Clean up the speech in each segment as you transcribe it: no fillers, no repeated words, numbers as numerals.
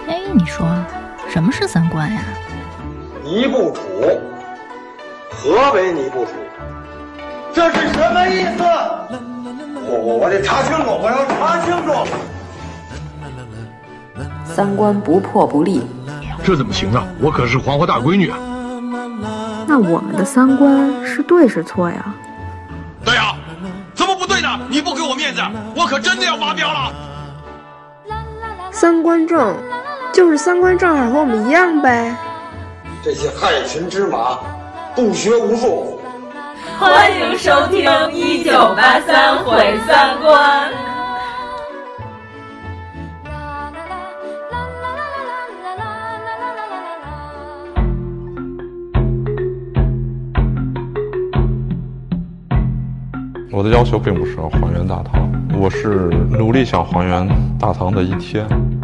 哎，你说什么是三观呀？ 尼不楚，何为尼不楚？这是什么意思？我得查清楚，我要查清楚。 三观不破不立， 这怎么行啊？我可是黄花大闺女啊！ 那我们的三观是对是错呀？ 对呀，怎么不对呢？你不给我面子，我可真的要发飙了。 三观正，就是三观正好和我们一样呗。 这些害群之马，不学无术。 欢迎收听1983毁三观。 我的要求并不是要还原大唐，我是努力想还原大唐的一天。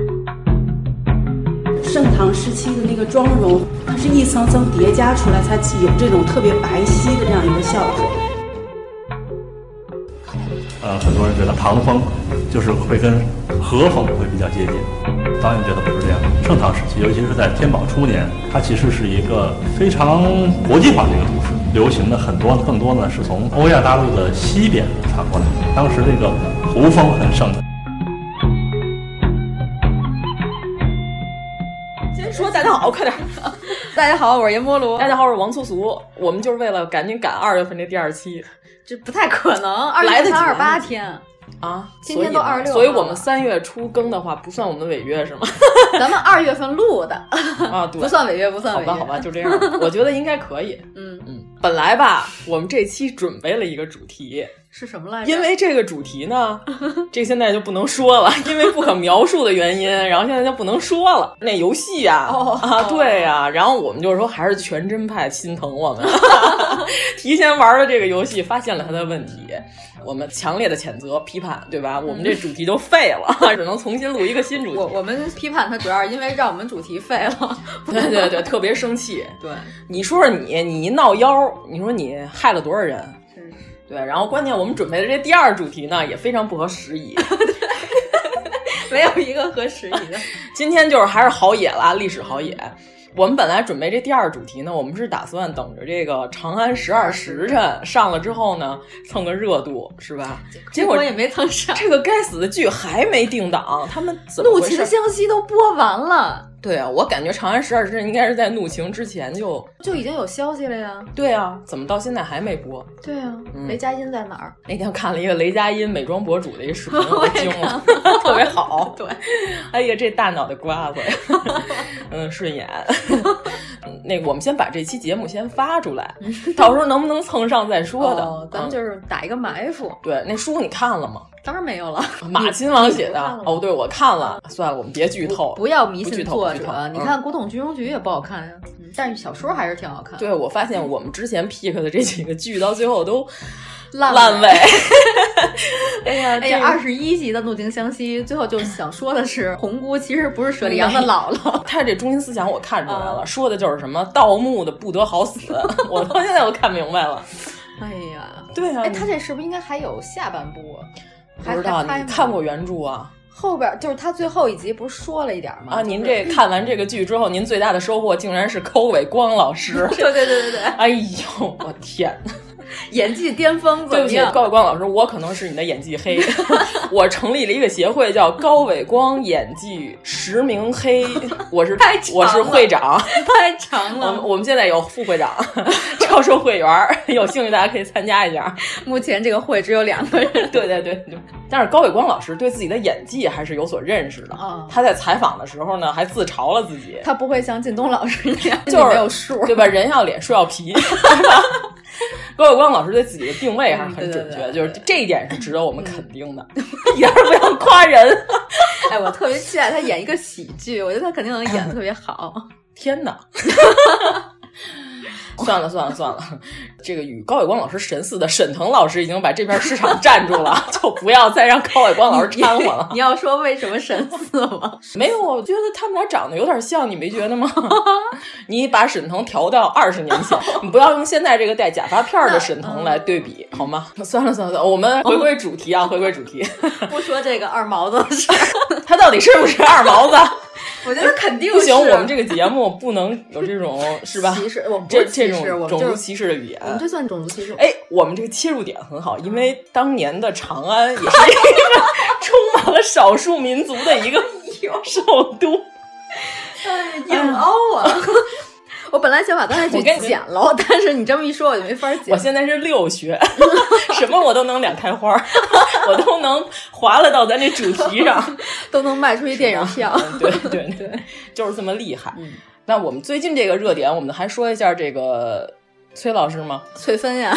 盛唐时期的那个妆容，它是一层层叠加出来，才有这种特别白皙的这样一个效果。 很多人觉得唐风就是会跟和风会比较接近，当然觉得不是这样。盛唐时期，尤其是在天宝初年，它其实是一个非常国际化的一个都市，流行的更多呢是从欧亚大陆的西边传过来。当时这个胡风很盛。 说大家好，快点！大家好，我是阎摩罗。大家好，我是王粗俗。我们就是为了赶紧赶2月份这第2期， 这不太可能。2月份28天啊， 今天都26， 所以我们3月初更的话，不算我们的违约是吗？ 咱们2月份录的啊，对， 不算违约，不算违约。 好吧，就这样。我觉得应该可以。本来吧，我们这期准备了一个主题。 是什么来着？ 因为这个主题呢，这现在就不能说了，因为不可描述的原因，然后现在就不能说了。那游戏啊，对呀，然后我们就是说还是全真派心疼我们，提前玩了这个游戏，发现了它的问题，我们强烈的谴责批判，对吧？我们这主题就废了，只能重新录一个新主题。 我们批判它主要是因为让我们主题废了， 对，特别生气。对，你说你一闹腰，你说你害了多少人？对，然后关键我们准备的这第2主题呢，也非常不合时宜， 没有一个合时宜的。 今天就是还是好野啦，历史好野。我们本来准备这第2主题呢，我们是打算等着这个《长安12时辰》上了之后呢，蹭个热度，是吧？结果也没蹭上， 这个该死的剧还没定档，他们怎么回事？ 怒晴湘西都播完了。 对啊，我感觉《长安12时辰》应该是在怒晴之前就已经有消息了呀。 对啊，怎么到现在还没播？ 对啊，雷佳音在哪儿？ 那天看了一个雷佳音美妆博主的一个视频，我惊了，特别好。 对， 哎呀，这大脑袋瓜子呀，顺眼。那我们先把这期节目先发出来，到时候能不能蹭上再说的。 咱们就是打一个埋伏。 对，那书你看了吗？ 当然没有了， 马亲王写的。哦，对，我看了。算了，我们别剧透， 不要迷信作者。你看《古董局中局》也不好看呀，但是小说还是挺好看。 对，我发现我们之前 pick 的这几个剧到最后都烂尾。 哎呀，21集的《怒晴湘西》最后就想说的是，红姑其实不是舍利阳的姥姥。 他这中心思想我看出来了，说的就是什么盗墓的不得好死。我到现在都看明白了。 哎呀， 对啊， 他这是不是应该还有下半部？ 不知道你看过原著啊？ 后边就是他最后一集不是说了一点吗？ 啊，您这看完这个剧之后，您最大的收获竟然是高伟光老师。 对。 哎呦，我天！ 演技巅峰怎么样？ 对不起，高伟光老师，我可能是你的演技黑。我成立了一个协会，叫高伟光演技实名黑。我是会长， 太长了。 我们现在有副会长，招收会员，有兴趣大家可以参加一下。 目前这个会只有2个人。 对。但是高伟光老师对自己的演技还是有所认识的。他在采访的时候呢，还自嘲了自己。 他不会像靳东老师那样， 就是没有数， 对吧？人要脸，树要皮。高伟光老师对自己的定位还是很准确，就是这一点是值得我们肯定的，一点不要夸人。 哎，我特别期待他演一个喜剧，我觉得他肯定能演得特别好。 天哪！算了，这个与高伟光老师神似的沈腾老师已经把这片市场占住了，就不要再让高伟光老师掺和了。 你要说为什么神似吗？ 没有，我觉得他们俩长得有点像，你没觉得吗？你把沈腾调到20年前，你不要用现在这个戴假发片的沈腾来对比，好吗？算了，我们回归主题啊，回归主题。 不说这个二毛子的事， 他到底是不是二毛子？ 我觉得肯定不行，我们这个节目不能有这种是吧？ 歧视，我们不是歧视， 这种种族歧视的语言， 我们这算种族歧视。 哎，我们这个切入点很好，因为当年的长安也是一个充满了少数民族的一个首都。 哎，硬凹啊！我本来想把刚才句剪了，但是你这么一说，我就没法剪。 我现在是6学，什么我都能两开花，我都能划了到咱这主题上， 都能卖出一电影票。 对对对，就是这么厉害。那我们最近这个热点，我们还说一下这个崔老师吗？ 翠芬呀。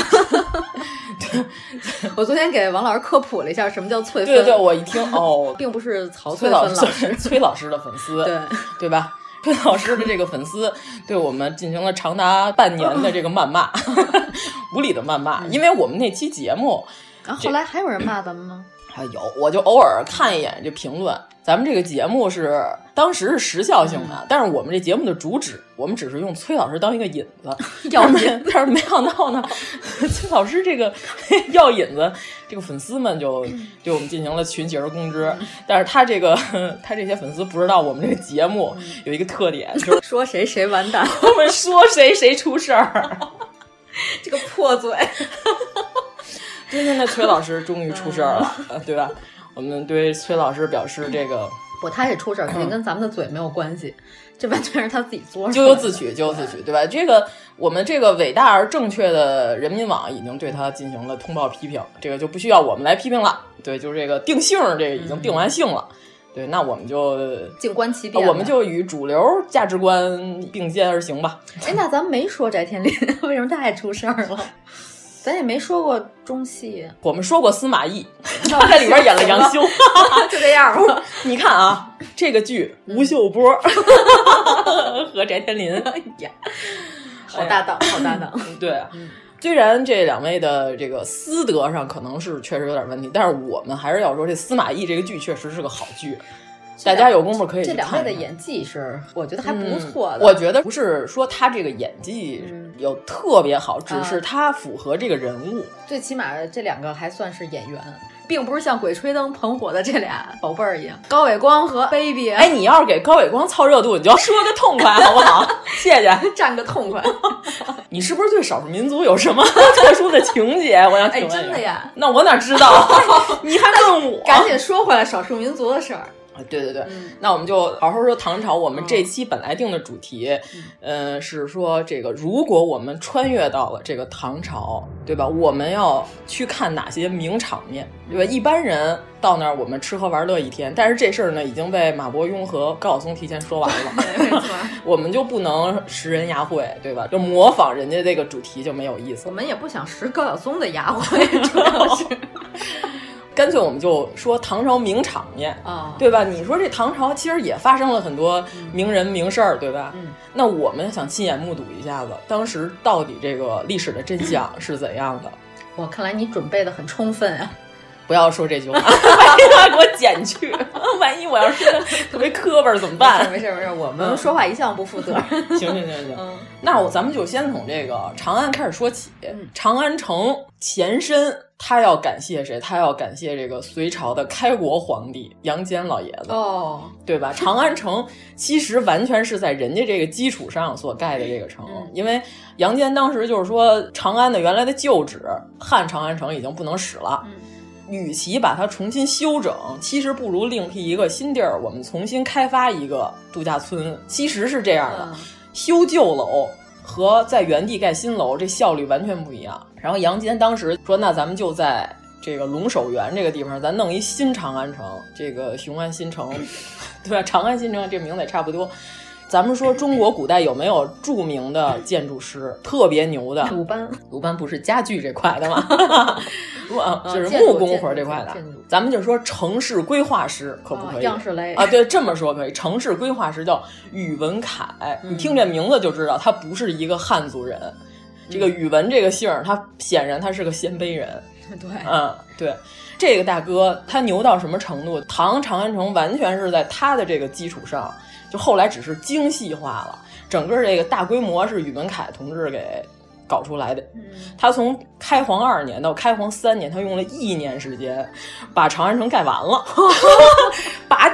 我昨天给王老师科普了一下什么叫翠芬。 对对，我一听哦， 并不是曹翠芬老师， 崔老师的粉丝，对吧？崔老师的这个粉丝对我们进行了长达半年的这个谩骂，无理的谩骂，因为我们那期节目， 后来还有人骂咱们吗？ 有，我就偶尔看一眼这评论。咱们这个节目是当时是时效性的，但是我们这节目的主旨，我们只是用崔老师当一个引子，但是没想到呢，崔老师这个要引子，这个粉丝们就对我们进行了群起而攻之。但是他这些粉丝不知道我们这个节目有一个特点，就是说谁谁完蛋， 我们说谁谁出事儿， 这个破嘴。 今天的崔老师终于出事儿了，对吧？我们对崔老师表示这个不，他也出事儿，肯定跟咱们的嘴没有关系，这完全是他自己作， 咎由自取，咎由自取，对吧？这个我们这个伟大而正确的人民网已经对他进行了通报批评，这个就不需要我们来批评了。对，就是这个定性，这个已经定完性了。对，那我们就静观其变， 我们就与主流价值观并肩而行吧。 哎，那咱们没说翟天临，为什么他还出事儿了？咱也没说过中戏， 我们说过司马懿，他在里边演了杨修， 就这样吧。 你看啊，这个剧吴秀波和翟天临， 哎呀，好搭档，好搭档。 对，虽然这两位的这个私德上可能是确实有点问题，但是我们还是要说，这司马懿这个剧确实是个好剧。大家有功夫可以去看。 这两位的演技是，我觉得还不错的。 我觉得不是说他这个演技有特别好，只是他符合这个人物。 最起码这两个还算是演员，并不是像《鬼吹灯》捧火的这俩宝贝儿一样。高伟光和 Baby， 哎，你要是给高伟光凑热度，你就要说个痛快，好不好？谢谢， 占个痛快。 你是不是对少数民族有什么特殊的情节？我想请问。 哎，真的呀？ 那我哪知道？你还问我？ 赶紧说回来少数民族的事儿。 对对对，那我们就好好说唐朝。我们这期本来定的主题，是说这个，如果我们穿越到了这个唐朝，对吧？我们要去看哪些名场面，对吧？一般人到那儿，我们吃喝玩乐一天，但是这事儿呢，已经被马伯庸和高晓松提前说完了， 没错， 我们就不能识人牙慧，对吧？就模仿人家这个主题就没有意思。 我们也不想识高晓松的牙慧，主要是。 干脆我们就说唐朝名场面啊，对吧？你说这唐朝其实也发生了很多名人名事儿，对吧？那我们想亲眼目睹一下子，当时到底这个历史的真相是怎样的？ 哇，看来你准备的很充分啊！ 不要说这句话，万一他给我剪去，万一我要说特别磕巴怎么办？ 没事，我们说话一向不负责。 行，那咱们就先从这个长安开始说起。长安城前身，他要感谢谁？他要感谢这个隋朝的开国皇帝杨坚老爷子，对吧？长安城其实完全是在人家这个基础上所盖的这个城，因为杨坚当时就是说，长安的原来的旧址汉长安城已经不能使了。与其把它重新修整，其实不如另辟一个新地儿，我们重新开发一个度假村。其实是这样的，修旧楼和在原地盖新楼，这效率完全不一样。然后杨坚当时说，那咱们就在这个龙首原这个地方，咱弄一新长安城，这个雄安新城，对吧？长安新城这名字也差不多。咱们说中国古代有没有著名的建筑师特别牛的？鲁班不是家具这块的吗？就是木工活这块的。咱们就说城市规划师可不可以？ 样式雷啊，对，这么说可以。城市规划师叫宇文恺，你听这名字就知道他不是一个汉族人。这个宇文这个姓，他显然他是个鲜卑人。 对， 对。这个大哥他牛到什么程度？唐长安城完全是在他的这个基础上。就后来只是精细化了，整个这个大规模是宇文恺同志给搞出来的。他从开皇2年到开皇3年，他用了1年时间把长安城盖完了，拔地而起。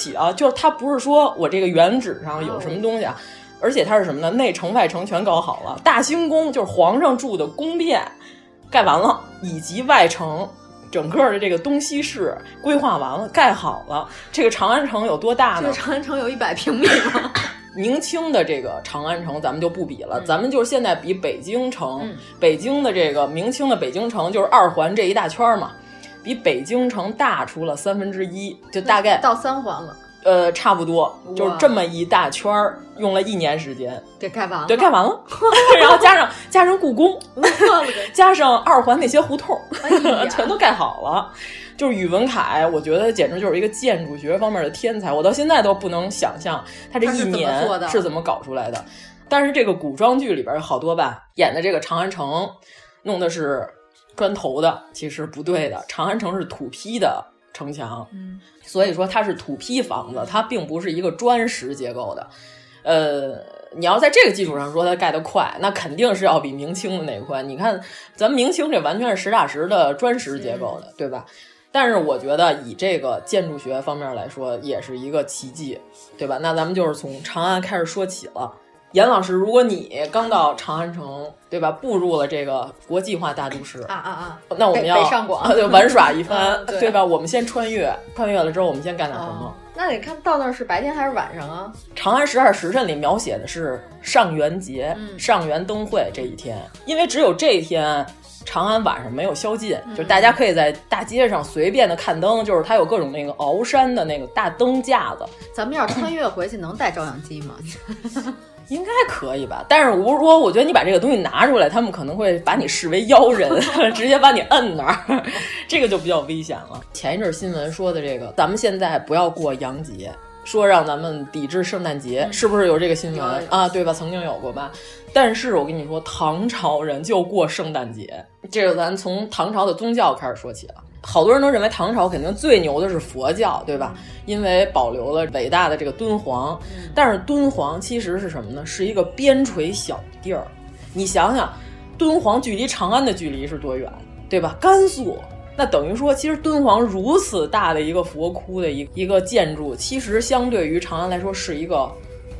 起啊，就是它不是说我这个原址上有什么东西啊，而且它是什么呢？内城外城全搞好了，大兴宫就是皇上住的宫殿盖完了，以及外城整个的这个东西市规划完了，盖好了。这个长安城有多大呢？ 这个长安城有100平米吗？ 明清的这个长安城咱们就不比了，咱们就是现在比北京城，北京的这个明清的北京城就是2环这一大圈嘛，比北京城大出了1/3，就大概到3环了。 差不多就是这么一大圈儿，用了1年时间， 对，盖完了， 对，盖完了，然后加上故宫，加上2环那些胡同，全都盖好了。就是宇文恺，我觉得简直就是一个建筑学方面的天才，我到现在都不能想象他这1年是怎么搞出来的。但是这个古装剧里边有好多吧，演的这个长安城弄的是砖头的，其实不对的，长安城是土坯的城墙，所以说它是土坯房子，它并不是一个砖石结构的。你要在这个基础上说它盖得快，那肯定是要比明清的那快。你看咱们明清这完全是实打实的砖石结构的，对吧？但是我觉得以这个建筑学方面来说，也是一个奇迹，对吧？那咱们就是从长安开始说起了。严老师，如果你刚到长安城，对吧？步入了这个国际化大都市那我们要北上广就玩耍一番，对吧？我们先穿越了之后，我们先干点什么？ 那得看到那是白天还是晚上啊？ 长安12时辰里描写的是上元节、上元灯会这一天，因为只有这一天。长安晚上没有宵禁，就是大家可以在大街上随便的看灯，就是它有各种那个鳌山的那个大灯架子。 咱们要是穿越回去能带照相机吗？ 应该可以吧，但是我觉得你把这个东西拿出来，他们可能会把你视为妖人，直接把你摁那儿，这个就比较危险了。前一阵新闻说的这个，咱们现在不要过洋节，说让咱们抵制圣诞节，是不是有这个新闻啊？对吧？曾经有过吧。但是我跟你说，唐朝人就过圣诞节，这个咱从唐朝的宗教开始说起了。好多人都认为唐朝肯定最牛的是佛教，对吧？因为保留了伟大的这个敦煌。但是敦煌其实是什么呢？是一个边陲小地儿。你想想，敦煌距离长安的距离是多远，对吧？甘肃。那等于说，其实敦煌如此大的一个佛窟的一个建筑，其实相对于长安来说是一个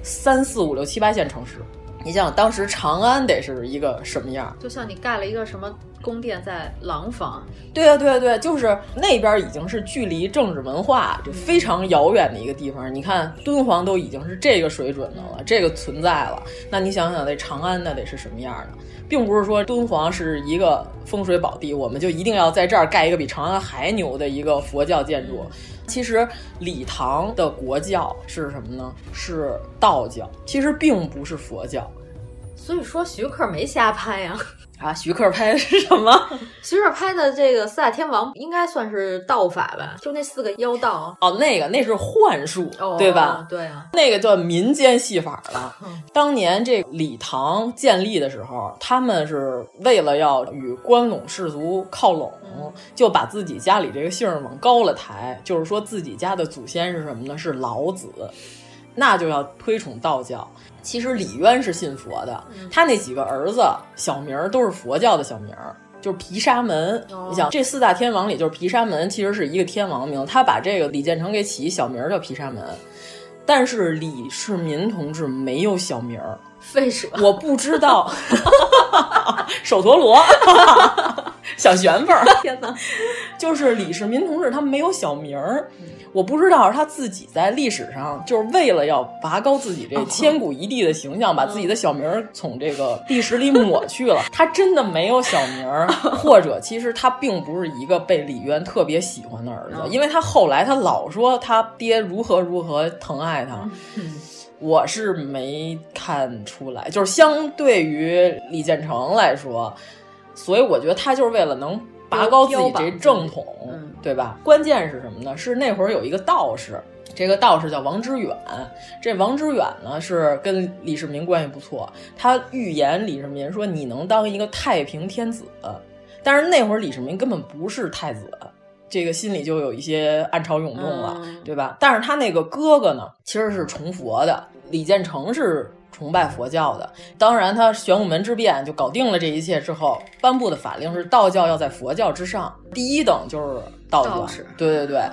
3、4、5、6、7、8线城市。你想想当时长安得是一个什么样？ 就像你盖了一个什么宫殿在廊坊。 对啊，就是那边已经是距离政治文化就非常遥远的一个地方。你看敦煌都已经是这个水准的了，这个存在了，那你想想这长安那得是什么样的？并不是说敦煌是一个风水宝地，我们就一定要在这儿盖一个比长安还牛的一个佛教建筑。其实李唐的国教是什么呢？是道教，其实并不是佛教。 所以说徐克没瞎拍呀。 啊，徐克拍的是什么？ 徐克拍的这个四大天王应该算是道法吧，就那4个妖道。 哦，那是幻术，对吧？ 对啊， 那个叫民间戏法了。当年这李唐建立的时候，他们是为了要与关陇士族靠拢，就把自己家里这个姓往高了抬，就是说自己家的祖先是什么呢？是老子，那就要推崇道教。其实李渊是信佛的，他那几个儿子小名都是佛教的小名，就是毗沙门。你想这4大天王里，就是毗沙门其实是一个天王名，他把这个李建成给起小名叫毗沙门。但是李世民同志没有小名， 废蛇， 我不知道，手陀螺，小旋风， 天哪！ 就是李世民同志他没有小名，我不知道他自己在历史上就是为了要拔高自己这千古一帝的形象，把自己的小名从这个历史里抹去了。他真的没有小名，或者其实他并不是一个被李渊特别喜欢的儿子，因为他后来他老说他爹如何疼爱他。我是没看出来，就是相对于李建成来说，所以我觉得他就是为了能拔高自己这正统，对吧？关键是什么呢？是那会儿有一个道士，这个道士叫王之远。这王之远呢是跟李世民关系不错，他预言李世民说你能当一个太平天子。但是那会儿李世民根本不是太子，这个心里就有一些暗潮涌动了，对吧？但是他那个哥哥呢，其实是崇佛的，李建成是崇拜佛教的。当然他玄武门之变就搞定了这一切之后，颁布的法令是道教要在佛教之上，第一等就是道教。对。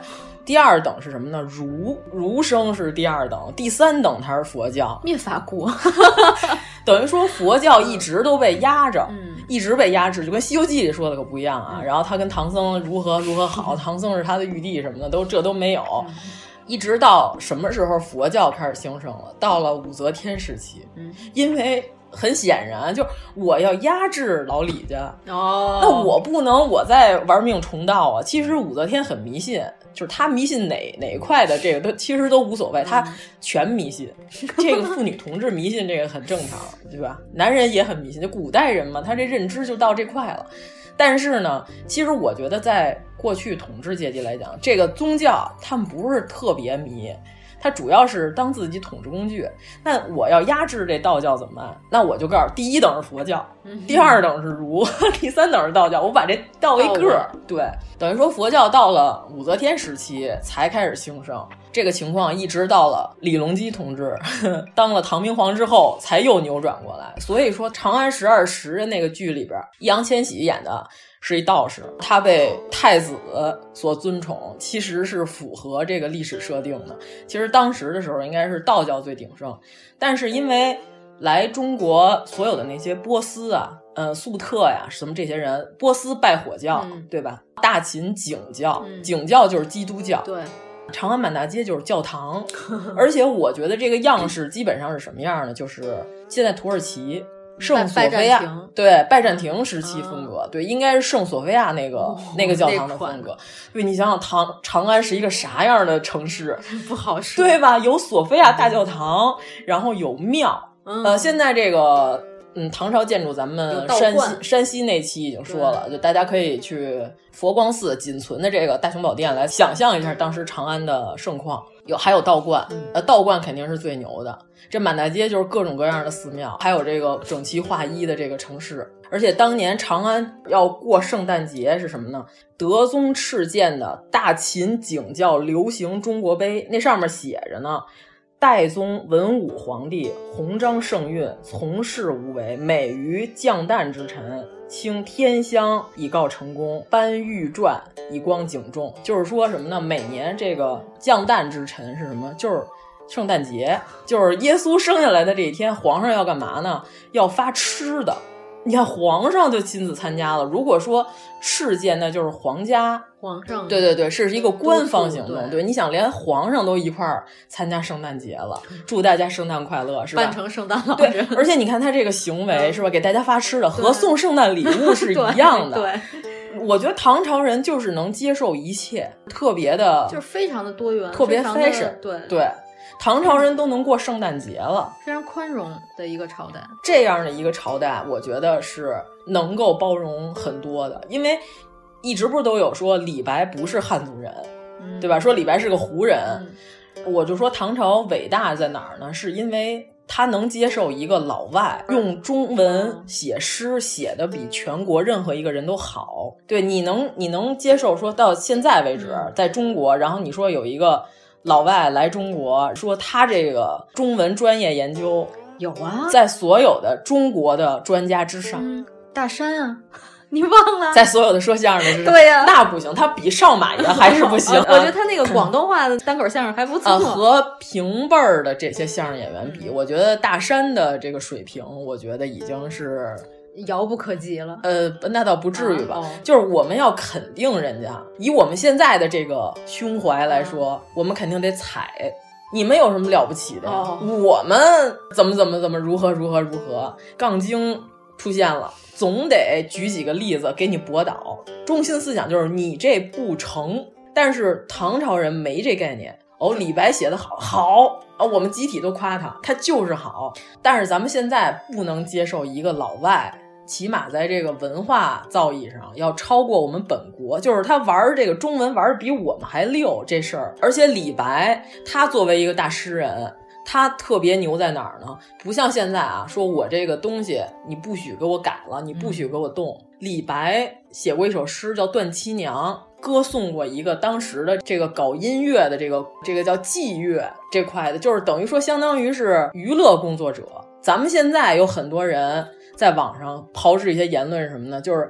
第二等是什么呢？儒生是第二等，第三等才是佛教。 灭法国， 等于说佛教一直都被压着，一直被压制，就跟《西游记》里说的可不一样啊。然后他跟唐僧如何好，唐僧是他的玉帝什么的，这都没有。一直到什么时候佛教开始兴盛了？到了武则天时期，因为很显然，就我要压制老李家，那我不能我在玩命重道啊。其实武则天很迷信，就是他迷信哪一块的这个其实都无所谓，他全迷信。这个妇女同志迷信这个很正常，对吧？男人也很迷信，就古代人嘛，他这认知就到这块了。但是呢，其实我觉得在过去统治阶级来讲，这个宗教他们不是特别迷，它主要是当自己统治工具。那我要压制这道教怎么办？那我就告诉第一等是佛教，第二等是儒，第三等是道教，我把这倒一个。对，等于说佛教到了武则天时期才开始兴盛，这个情况一直到了李隆基同志当了唐明皇之后才又扭转过来。所以说《长安十二时辰》那个剧里边，易烊千玺演的是一道士，他被太子所尊崇，其实是符合这个历史设定的。其实当时的时候应该是道教最鼎盛，但是因为来中国所有的那些波斯啊、粟特呀什么这些人，波斯拜火教，对吧？大秦景教，景教就是基督教， 对。 长安满大街就是教堂，而且我觉得这个样式基本上是什么样呢？就是现在土耳其圣索菲亚，对，拜占庭时期风格，对，应该是圣索菲亚那个教堂的风格。对，你想想长安是一个啥样的城市？ 不好说， 对吧？有索菲亚大教堂，然后有庙，现在这个唐朝建筑咱们山西那期已经说了，就大家可以去佛光寺仅存的这个大雄宝殿来想象一下当时长安的盛况。还有道观，道观肯定是最牛的。这满大街就是各种各样的寺庙，还有这个整齐划一的这个城市。而且当年长安要过圣诞节是什么呢？德宗敕建的大秦景教流行中国碑，那上面写着呢，代宗文武皇帝弘彰圣运，从事无为，每于降诞之辰，清天香以告成功，颁玉传以光景重。就是说什么呢？每年这个降诞之辰是什么？就是圣诞节，就是耶稣生下来的这一天，皇上要干嘛呢？要发吃的。你看皇上就亲自参加了。如果说敕建，那就是皇上，对，是一个官方行动。对，你想连皇上都一块儿参加圣诞节了，祝大家圣诞快乐，是吧？ 扮成圣诞老人。 对，而且你看他这个行为是吧？给大家发吃的，和送圣诞礼物是一样的。 对。 我觉得唐朝人就是能接受一切，特别的， 就是非常的多元， 特别 fashion。对。唐朝人都能过圣诞节了， 非常宽容的一个朝代。 这样的一个朝代，我觉得是能够包容很多的。因为一直不是都有说李白不是汉族人，对吧？说李白是个胡人。我就说唐朝伟大在哪儿呢？是因为他能接受一个老外用中文写诗，写的比全国任何一个人都好。对，你能接受说到现在为止，在中国，然后你说有一个老外来中国，说他这个中文专业研究有啊， 在所有的中国的专家之上。 大山啊，你忘了？ 在所有的说相声的之上， 对呀， 那不行，他比少马爷还是不行。 我觉得他那个广东话的单口相声还不错。 和平辈儿的这些相声演员比，我觉得大山的这个水平，我觉得已经是遥不可及了。 那倒不至于吧，就是我们要肯定人家，以我们现在的这个胸怀来说，我们肯定得踩。你们有什么了不起的？我们怎么如何，杠精出现了，总得举几个例子给你驳倒。中心思想就是你这不成。但是唐朝人没这概念。李白写的好我们集体都夸他就是好。但是咱们现在不能接受一个老外，起码在这个文化造诣上要超过我们本国，就是他玩这个中文玩的比我们还溜这事儿。而且李白他作为一个大诗人，他特别牛在哪儿呢？不像现在啊，说我这个东西你不许给我改了，你不许给我动。李白写过一首诗叫《断七娘》，歌颂过一个当时的这个搞音乐的这个叫伎乐这块的，就是等于说相当于是娱乐工作者。咱们现在有很多人在网上炮制一些言论什么呢？就是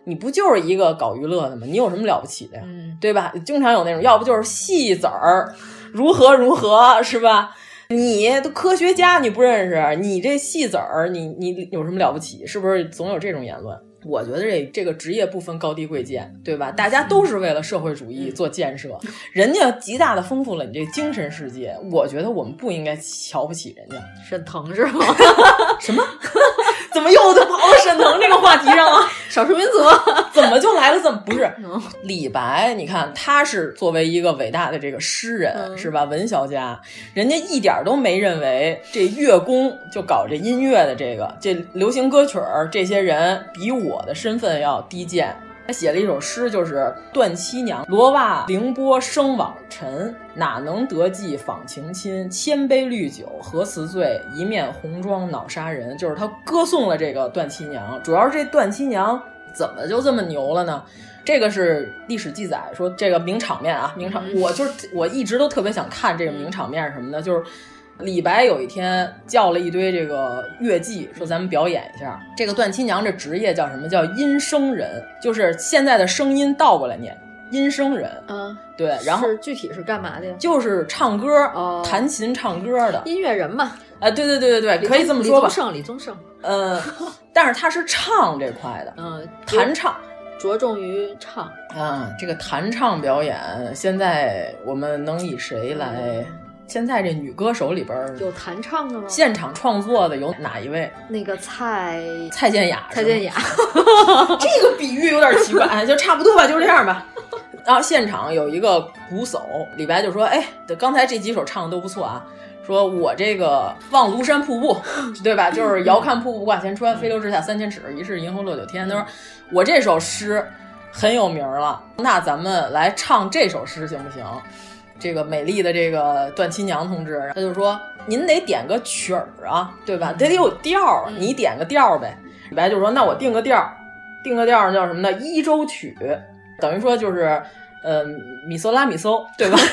你不就是一个搞娱乐的吗？你有什么了不起的呀？对吧？经常有那种，要不就是戏子儿，如何如何，是吧？你都科学家你不认识，你这戏子儿，你有什么了不起？是不是总有这种言论？我觉得这个职业不分高低贵贱，对吧？大家都是为了社会主义做建设，人家极大的丰富了你这精神世界。我觉得我们不应该瞧不起人家。 沈腾是吗？ 什么？怎么又跑到沈腾这个话题上了？ 少数民族怎么就来了？怎么不是李白？你看他是作为一个伟大的这个诗人，是吧？文学家，人家一点都没认为这乐工就搞这音乐的这流行歌曲这些人比我的身份要低贱。他写了一首诗，就是断七娘，罗袜凌波生往尘，哪能得计访情亲，千杯绿酒何辞醉，一面红妆恼杀人。就是他歌颂了这个段七娘，主要是这段七娘怎么就这么牛了呢？这个是历史记载说这个名场面啊，名场，我一直都特别想看这个名场面是什么呢？就是李白有一天叫了一堆这个乐伎，说咱们表演一下。这个段七娘这职业叫什么？叫音声人，就是现在的声音倒过来念，音声人。对，然后是具体是干嘛的呀？ 就是唱歌、弹琴唱歌的音乐人嘛。 对，可以这么说吧。 李宗盛。 但是他是唱这块的，弹唱。 着重于唱这个弹唱表演，现在我们能以谁来？现在这女歌手里边有弹唱的吗？ 现场创作的有哪一位？ 那个蔡健雅。 蔡健雅， 这个比喻有点奇怪，就差不多吧，就这样吧。然后现场有一个鼓手，李白就说：“哎，刚才这几首唱的都不错啊。”说我这个望庐山瀑布，对吧？就是遥看瀑布挂前川，飞流直下3000尺，疑是银河落九天。他说我这首诗很有名了，那咱们来唱这首诗行不行？这个美丽的这个段七娘同志，他就说您得点个曲儿啊，对吧？得有调，你点个调呗。李白就说那我定个调叫什么呢？一周曲，等于说就是咪嗦拉咪嗦，对吧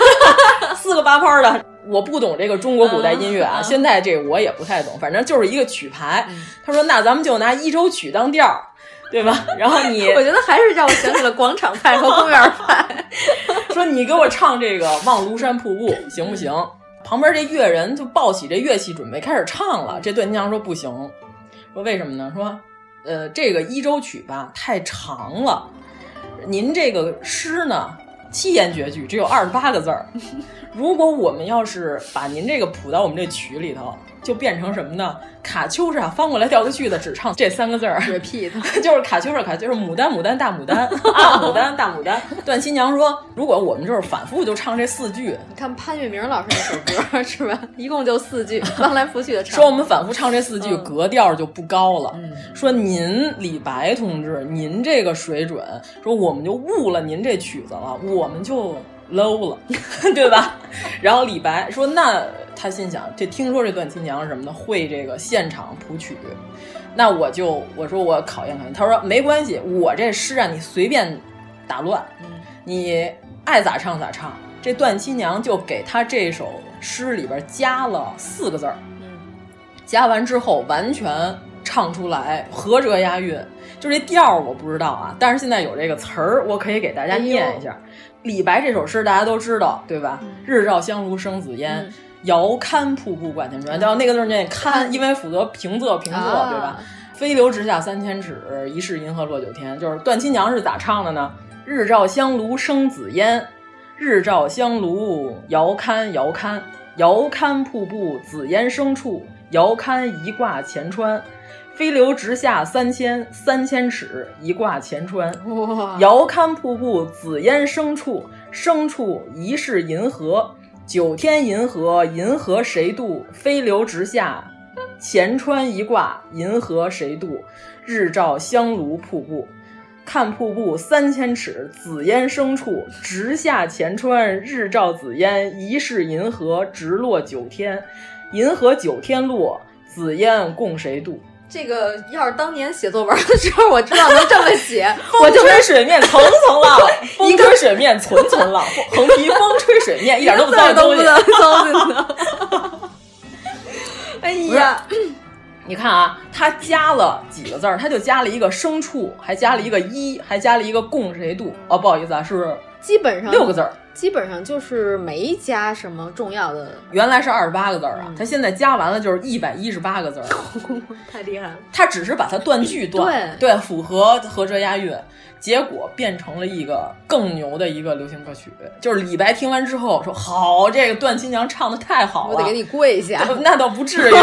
？4个8拍的。我不懂这个中国古代音乐啊，现在这我也不太懂，反正就是一个曲牌。他说那咱们就拿一周曲当调，对吧？然后我觉得还是让我想起了广场派和公园派。 说你给我唱这个望庐山瀑布行不行？旁边这乐人就抱起这乐器准备开始唱了，这段七娘说不行，说为什么呢？说这个一周曲吧太长了，您这个诗呢7言绝句，只有28个字儿。如果我们要是把您这个谱到我们这曲里头，就变成什么呢？卡秋莎翻过来调过去的，只唱这3个字儿 ，repeat， 就是卡秋莎，就是牡丹牡丹大牡丹啊，牡丹大牡丹。段七娘说，如果我们就是反复就唱这4句， 你看潘粤明老师那首歌是吧？一共就4句，翻来覆去的唱。 说我们反复唱这4句，格调就不高了。说您李白同志，您这个水准，说我们就误了您这曲子了，我们就low 了，对吧？然后李白说，那他心想，这听说这段七娘什么的会这个现场谱曲，那我说我考验考验。他说没关系，我这诗啊你随便打乱，你爱咋唱咋唱。这段七娘就给他这首诗里边加了4个字儿，加完之后完全唱出来，合辙押韵。就这调我不知道啊，但是现在有这个词儿，我可以给大家念一下。李白这首诗大家都知道，对吧？日照香炉生紫烟，遥看瀑布挂前川。叫那个字念看，因为负责平仄，对吧？飞流直下3000尺，疑是银河落九天。就是段七娘是咋唱的呢？日照香炉生紫烟，日照香炉遥看瀑布紫烟生处，遥看一挂前川。飞流直下3000尺，一挂前川。遥看瀑布紫烟生处，生处疑是银河。9天银河，银河谁渡？飞流直下前川一挂，银河谁渡？日照香炉瀑布，看瀑布3000尺，紫烟生处，直下前川，日照紫烟，疑是银河，直落9天。银河9天落，紫烟供谁渡？ 这个要是当年写作文的时候，我知道能这么写， 我就吹水面层层浪，风吹水面层层浪，横批风吹水面，一点都不糟东西， 哎呀， 你看啊，他他加了几个字儿，他就加了一个牲畜，还加了一个一，还加了一个供谁度。哦，不好意思啊，是基本上 6个字儿。 基本上就是没加什么重要的， 原来是28个字啊，他现在加完了就是118个字， 太厉害了。 他只是把它断句断，对，符合合辙押韵，结果变成了一个更牛的一个流行歌曲。就是李白听完之后说：“好，这个段亲娘唱的太好了， 我得给你跪下。” 那倒不至于。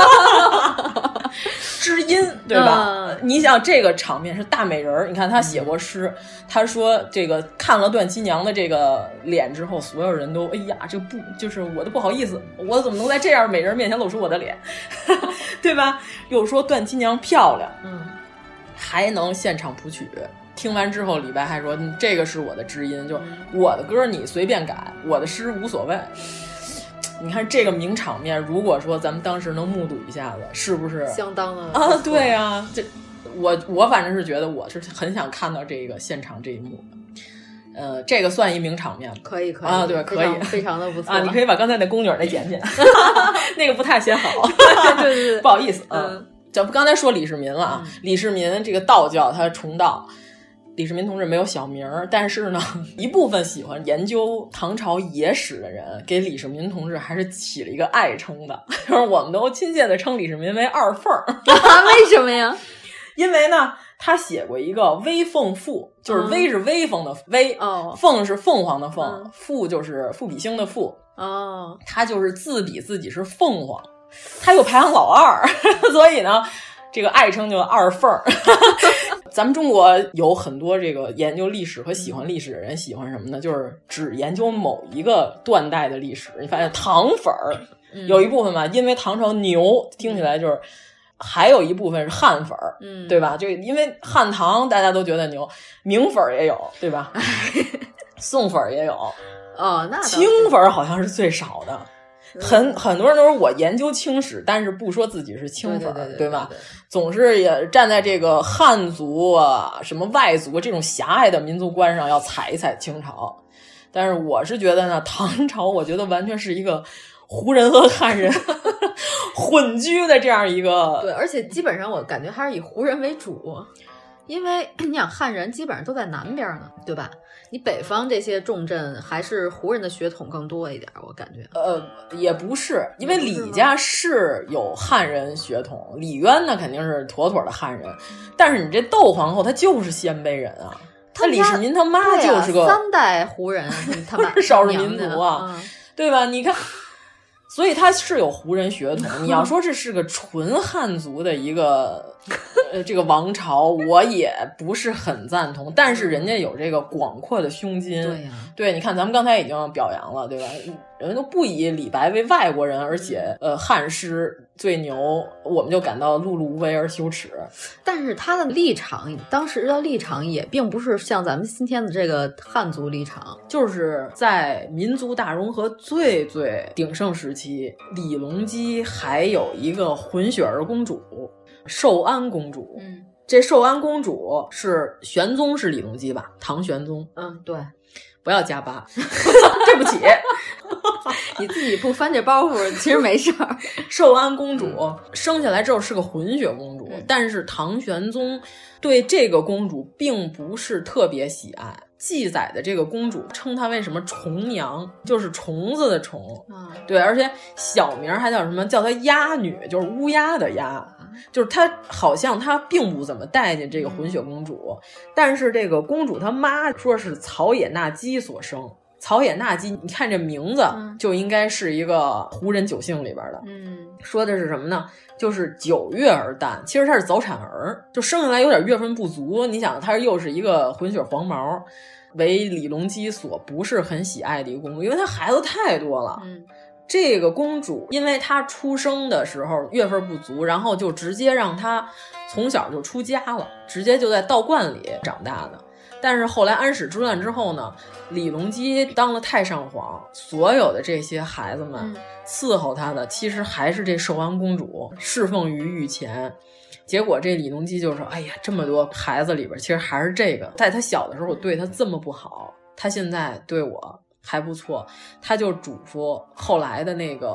知音对吧？你想这个场面是大美人儿，你看他写过诗，他说这个看了段亲娘的这个脸之后，所有人都哎呀，这不就是我都不好意思，我怎么能在这样美人面前露出我的脸，对吧？又说段亲娘漂亮，还能现场谱曲。听完之后，李白还说这个是我的知音，就是我的歌你随便改，我的诗无所谓。你看这个名场面，如果说咱们当时能目睹一下子，是不是相当的啊？对啊，这我反正是觉得我是很想看到这个现场这一幕的。这个算一名场面， 可以啊，对，可以， 非常的不错啊！你可以把刚才那宫女那剪剪，那个不太写好， 对， 不好意思啊。咱刚才说李世民了啊，李世民这个道教他崇道。李世民同志没有小名，但是呢，一部分喜欢研究唐朝野史的人给李世民同志还是起了一个爱称的，就是我们都亲切的称李世民为二凤儿。 为什么呀？ 因为呢，他写过一个《微凤赋》，就是微是微风的微，凤是凤凰的凤，赋就是赋比兴的赋。他就是自比自己是凤凰，他又排行老2，所以呢。这个爱称就二凤儿。咱们中国有很多这个研究历史和喜欢历史的人喜欢什么呢？就是只研究某一个断代的历史。你发现唐粉儿有一部分吧，因为唐朝牛听起来就是，还有一部分是汉粉儿，对吧？就因为汉唐大家都觉得牛，明粉儿也有，对吧？宋粉儿也有， 那清粉儿好像是最少的。很多人都说我研究清史，但是不说自己是清粉，对吧？总是也站在这个汉族啊、什么外族这种狭隘的民族观上要踩一踩清朝。但是我是觉得呢，唐朝我觉得完全是一个胡人和汉人混居的这样一个， 对，而且基本上我感觉还是以胡人为主。因为你想汉人基本上都在南边呢，对吧？你北方这些重镇还是胡人的血统更多一点，我感觉。 也不是，因为李家是有汉人血统，李渊呢肯定是妥妥的汉人，但是你这窦皇后她就是鲜卑人啊，她李世民他妈就是个 3代胡人，他妈是少数民族啊，对吧？你看。所以他是有胡人血统，你要说这是个纯汉族的一个这个王朝，我也不是很赞同。但是人家有这个广阔的胸襟， 对呀， 对，你看咱们刚才已经表扬了，对吧？人都不以李白为外国人，而且汉诗最牛，我们就感到碌碌无为而羞耻。 但是他的立场，当时的立场也并不是像咱们今天的这个汉族立场， 就是在民族大融合最最鼎盛时期，李隆基还有一个混血儿公主寿安公主。这寿安公主是玄宗是李隆基吧？唐玄宗。 对。 不要加8，对不起， 你自己不翻这包袱，其实没事儿。 寿安公主生下来之后是个混血公主，但是唐玄宗对这个公主并不是特别喜爱。记载的这个公主称她为什么虫娘，就是虫子的虫，对，而且小名还叫什么？叫她鸦女，就是乌鸦的鸦。就是她好像她并不怎么待见这个混血公主，但是这个公主她妈说是草野纳基所生。草野纳基，你看这名字就应该是一个胡人9姓里边的。说的是什么呢？就是9月而诞，其实她是早产儿，就生下来有点月份不足。你想，她又是一个混血黄毛，为李隆基所不是很喜爱的一个公主，因为她孩子太多了。这个公主因为她出生的时候月份不足，然后就直接让她从小就出家了，直接就在道观里长大的。但是后来安史之乱之后呢，李隆基当了太上皇，所有的这些孩子们伺候他的其实还是这寿安公主，侍奉于御前。结果这李隆基就说，哎呀，这么多孩子里边其实还是这个，在他小的时候我对他这么不好，他现在对我还不错，他就嘱咐后来的那个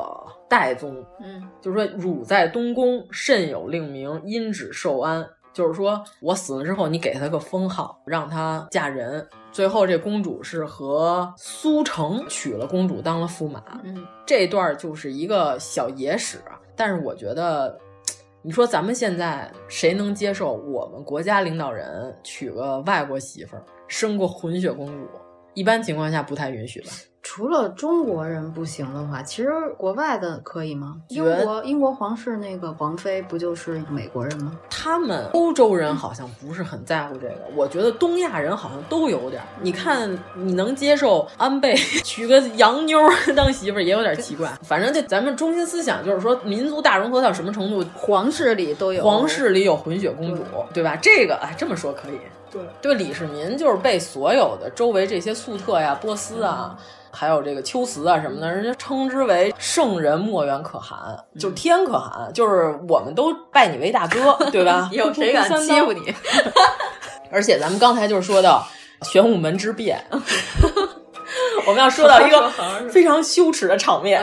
代宗，就是说汝在东宫甚有令名，因旨受安。就是说我死了之后，你给她个封号，让她嫁人。最后这公主是和苏成娶了公主，当了驸马。这段就是一个小野史，但是我觉得，你说咱们现在谁能接受我们国家领导人娶个外国媳妇儿，生过混血公主？一般情况下不太允许吧。 除了中国人不行的话，其实国外的可以吗？英国皇室那个王妃不就是美国人吗？ 他们欧洲人好像不是很在乎这个，我觉得东亚人好像都有点。你看，你能接受安倍娶个洋妞当媳妇儿也有点奇怪。反正咱们中心思想就是说，民族大融合到什么程度， 皇室里都有， 皇室里有混血公主， 对吧？这个这么说可以。对，李世民就是被所有的周围这些粟特呀、波斯啊。还有这个秋瓷啊什么的，人家称之为圣人莫远可汗，就是天可汗，就是我们都拜你为大哥，对吧？ 有谁敢欺负你？ 而且咱们刚才就是说到玄武门之变，我们要说到一个非常羞耻的场面。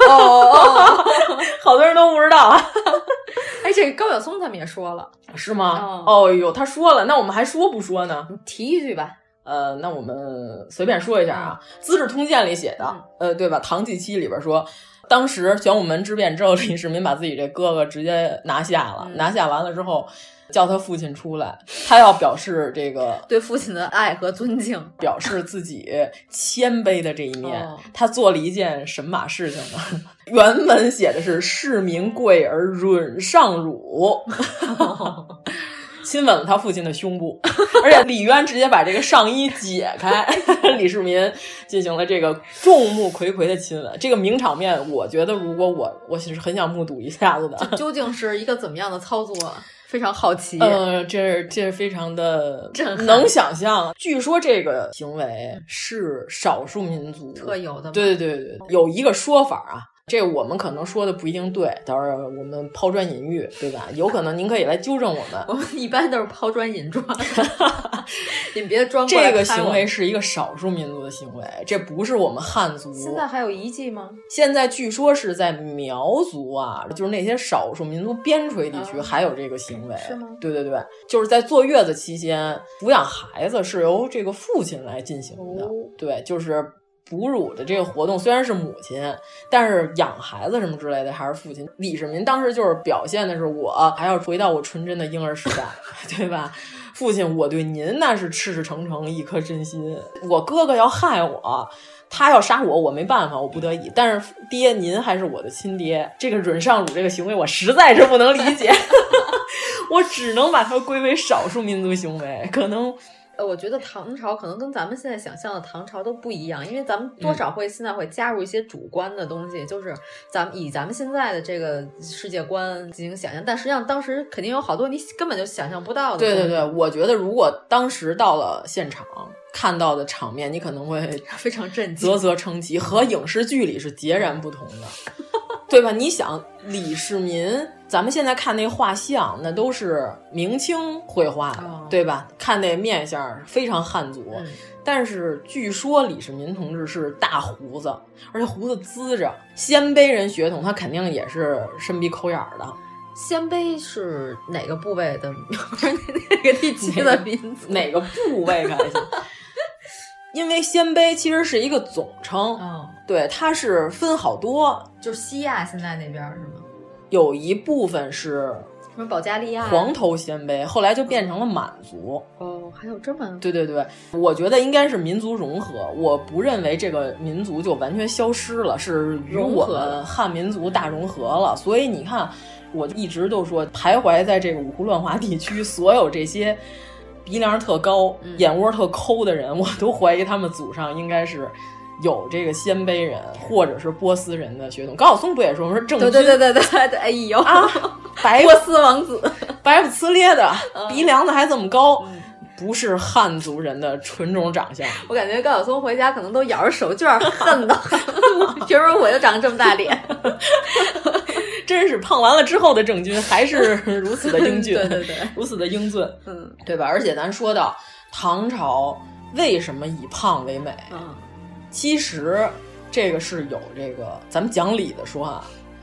好多人都不知道。 这个高晓松他们也说了， 是吗？哦呦，他说了，那我们还说不说呢？ 你提一句吧。 那我们随便说一下啊，《资治通鉴》里写的，对吧？唐纪期里边说，当时玄武门之变之后，李世民把自己这哥哥直接拿下了，拿下完了之后，叫他父亲出来，他要表示这个对父亲的爱和尊敬， 表示自己谦卑的这一面。他做了一件神马事情呢？原文写的是“世民贵而允上辱”。亲吻了他父亲的胸部，而且李渊直接把这个上衣解开，李世民进行了这个众目睽睽的亲吻。这个名场面，我觉得如果我是很想目睹一下子的。 究竟是一个怎么样的操作？非常好奇。 这是非常的能想象。据说这个行为是少数民族特有的吗？ 对，有一个说法啊。这我们可能说的不一定对，到时候我们抛砖引玉，对吧？有可能您可以来纠正我们。 我们一般都是抛砖引砖，你别装过来。 这个行为是一个少数民族的行为，这不是我们汉族。 现在还有遗迹吗？ 现在据说是在苗族啊，就是那些少数民族边陲地区还有这个行为。 是吗？ 对，就是在坐月子期间，抚养孩子是由这个父亲来进行的。对，就是哺乳的这个活动虽然是母亲，但是养孩子什么之类的还是父亲。李世民当时就是表现的是我还要回到我纯真的婴儿时代，对吧？父亲，我对您那是赤赤诚诚一颗真心。我哥哥要害我，他要杀我，我没办法，我不得已。但是爹，您还是我的亲爹，这个允上辱这个行为，我实在是不能理解。我只能把它归为少数民族行为，可能。 我觉得唐朝可能跟咱们现在想象的唐朝都不一样，因为咱们多少现在会加入一些主观的东西，就是以咱们现在的这个世界观进行想象，但实际上当时肯定有好多你根本就想象不到的。 对，我觉得如果当时到了现场看到的场面，你可能会非常震惊， 啧啧称奇，和影视剧里是截然不同的。对吧？你想李世民，咱们现在看那画像，那都是明清绘画的，对吧？看那面相非常汉族，但是据说李世民同志是大胡子，而且胡子滋着，鲜卑人血统，他肯定也是深鼻抠眼的。 鲜卑是哪个部位的？哪个地区的民族？ 哪个部位开心？因为鲜卑其实是一个总称，对，它是分好多， 就是西亚现在那边是吗？ 有一部分是什么保加利亚、 黄头鲜卑，后来就变成了满族。 还有这么？ 对，我觉得应该是民族融合，我不认为这个民族就完全消失了，是与我们汉民族大融合了。所以你看，我一直都说，徘徊在这个五胡乱华地区，所有这些鼻梁特高、眼窝特抠的人，我都怀疑他们祖上应该是有这个鲜卑人或者是波斯人的血统。高晓松不也说我们是郑军？ 对，哎呦波斯王子，白不呲咧的，鼻梁子还这么高。不是汉族人的纯种长相。 我感觉高晓松回家可能都咬着手绢恨的，凭什么我就长这么大脸？ 真是胖完了之后的郑军还是如此的英俊， 对， 如此的英俊，对吧？而且咱说到唐朝为什么以胖为美，其实这个是有这个，咱们讲理的说啊，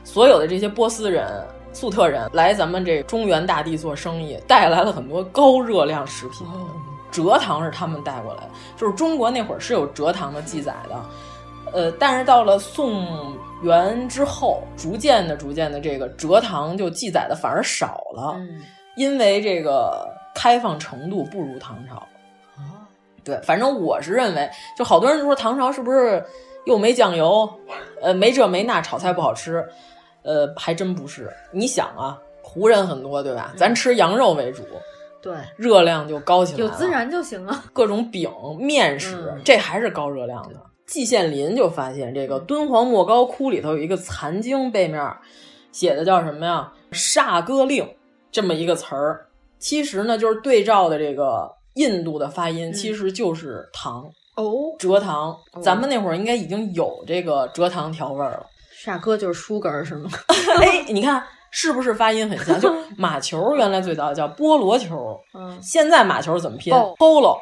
所有的这些波斯人、粟特人来咱们这中原大地做生意，带来了很多高热量食品。蔗糖是他们带过来的，就是中国那会儿是有蔗糖的记载的，但是到了宋元之后，逐渐的这个蔗糖就记载的反而少了，因为这个开放程度不如唐朝。对，反正我是认为，就好多人说唐朝是不是又没酱油，没这没那，炒菜不好吃，还真不是。你想啊，胡人很多，对吧？咱吃羊肉为主。 对， 热量就高起来了， 有孜然就行啊。 各种饼、面食，这还是高热量的。季羡林就发现，这个敦煌莫高窟里头有一个残经，背面写的叫什么呀？煞歌令这么一个词儿，其实呢就是对照的这个印度的发音，其实就是糖蔗糖。咱们那会儿应该已经有这个蔗糖调味了。 煞歌就是sugar是吗？ 哎，你看。是不是发音很像？就马球原来最早叫菠萝球，现在马球怎么拼 ？polo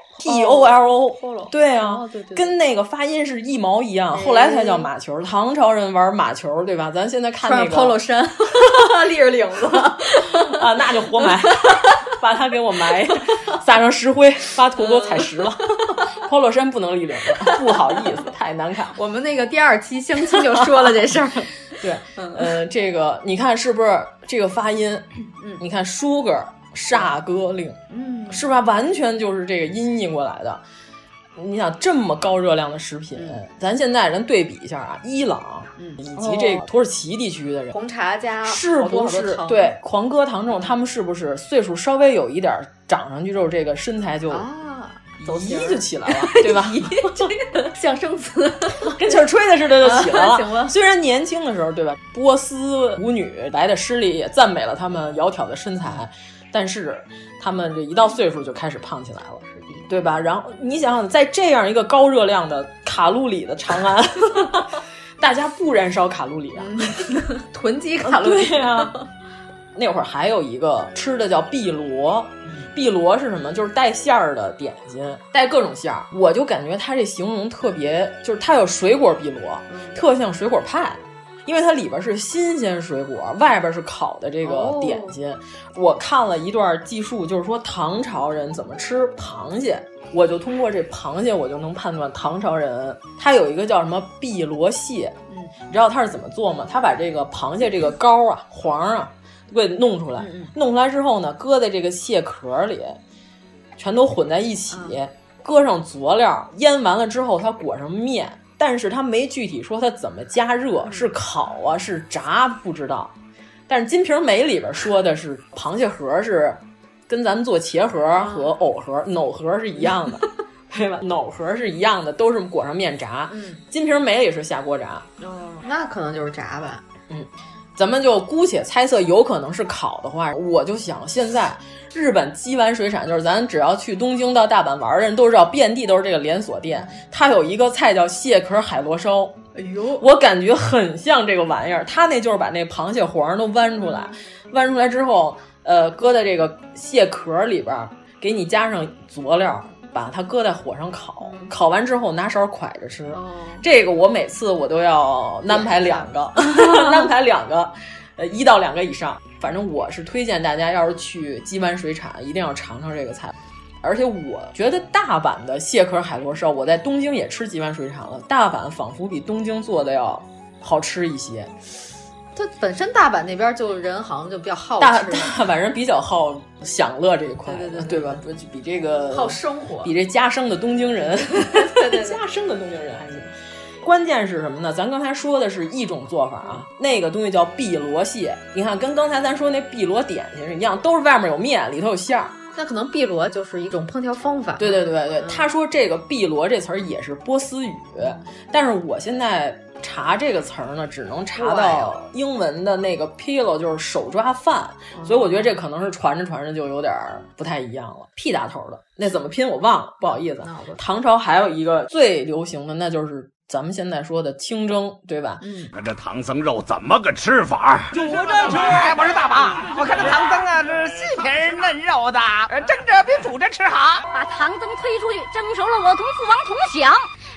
P-O-L-O， 对啊，跟那个发音是一毛一样，后来才叫马球。唐朝人玩马球，对吧？咱现在看那个 polo 衫，立着领子啊，那就活埋，把它给我埋，撒上石灰，把土给我踩实了。polo 衫不能立领子，不好意思，太难看。 我们那个第2期相亲就说了这事儿。 对，这个你看是不是这个发音？你看 sugar 煞歌令，是吧？完全就是这个音译过来的。你想这么高热量的食品，咱现在人对比一下啊，伊朗以及这个土耳其地区的人， 红茶加是不是对狂歌糖这种，他们是不是岁数稍微有一点长上去之后，这个身材就咦就起来了，对吧？ 这个象声词跟气儿吹的似的就起来了。 行了， 虽然年轻的时候，对吧？波斯舞女来的诗里也赞美了他们窈窕的身材，但是他们这一到岁数就开始胖起来了，对吧？然后你想想，在这样一个高热量的卡路里的长安，大家不燃烧卡路里啊， 囤积卡路里啊。那会儿还有一个吃的叫碧螺。碧螺是什么？就是带馅儿的点心，带各种馅儿。我就感觉它这形容特别，就是它有水果碧螺，特像水果派，因为它里边是新鲜水果，外边是烤的这个点心。我看了一段记述，就是说唐朝人怎么吃螃蟹，我就通过这螃蟹，我就能判断唐朝人他有一个叫什么碧螺蟹。你知道他是怎么做吗？他把这个螃蟹这个膏啊、黄啊。给弄出来，弄出来之后呢，搁在这个蟹壳里，全都混在一起，搁上佐料，腌完了之后，它裹上面，但是它没具体说它怎么加热，是烤啊，是炸，不知道。但是《金瓶梅》里边说的是螃蟹盒是跟咱们做茄盒和藕盒、藕盒是一样的，对吧？藕盒是一样的，都是裹上面炸。金瓶梅》里是下锅炸， 那可能就是炸吧。 咱们就姑且猜测有可能是烤的话，我就想现在日本鸡丸水产，就是咱只要去东京到大阪玩的人都知道，遍地都是这个连锁店，它有一个菜叫蟹壳海螺烧。哎呦，我感觉很像这个玩意儿，它那就是把那螃蟹黄都剜出来，剜出来之后，搁在这个蟹壳里边，给你加上佐料。把它搁在火上烤，烤完之后拿勺蒯着吃。这个我每次我都要安排2个，安排2个，1到2个以上。反正我是推荐大家，要是去鸡湾水产，一定要尝尝这个菜。而且我觉得大阪的蟹壳海螺烧，我在东京也吃鸡湾水产了，大阪仿佛比东京做的要好吃一些。 它本身大阪那边就人好像就比较好吃， 大阪人比较好享乐这一块，对吧？比这个好生活， 比这家生的东京人，对家生的东京人还行。关键是什么呢？咱刚才说的是一种做法啊，那个东西叫碧螺蟹，你看跟刚才咱说那碧螺点心是一样，都是外面有面，里头有馅儿。 那可能碧螺就是一种烹调方法。 对，他说这个碧螺这词儿也是波斯语，但是我现在查这个词儿呢，只能查到英文的那个 pillow， 就是手抓饭，所以我觉得这可能是传着传着就有点不太一样了。P 打头的那怎么拼我忘了，不好意思。唐朝还有一个最流行的，那就是咱们现在说的清蒸，对吧？ 这唐僧肉怎么个吃法？ 煮着吃。我是大王，我看这唐僧啊，是细皮嫩肉的，蒸着比煮着吃好。 把唐僧推出去，蒸熟了我同父王同享。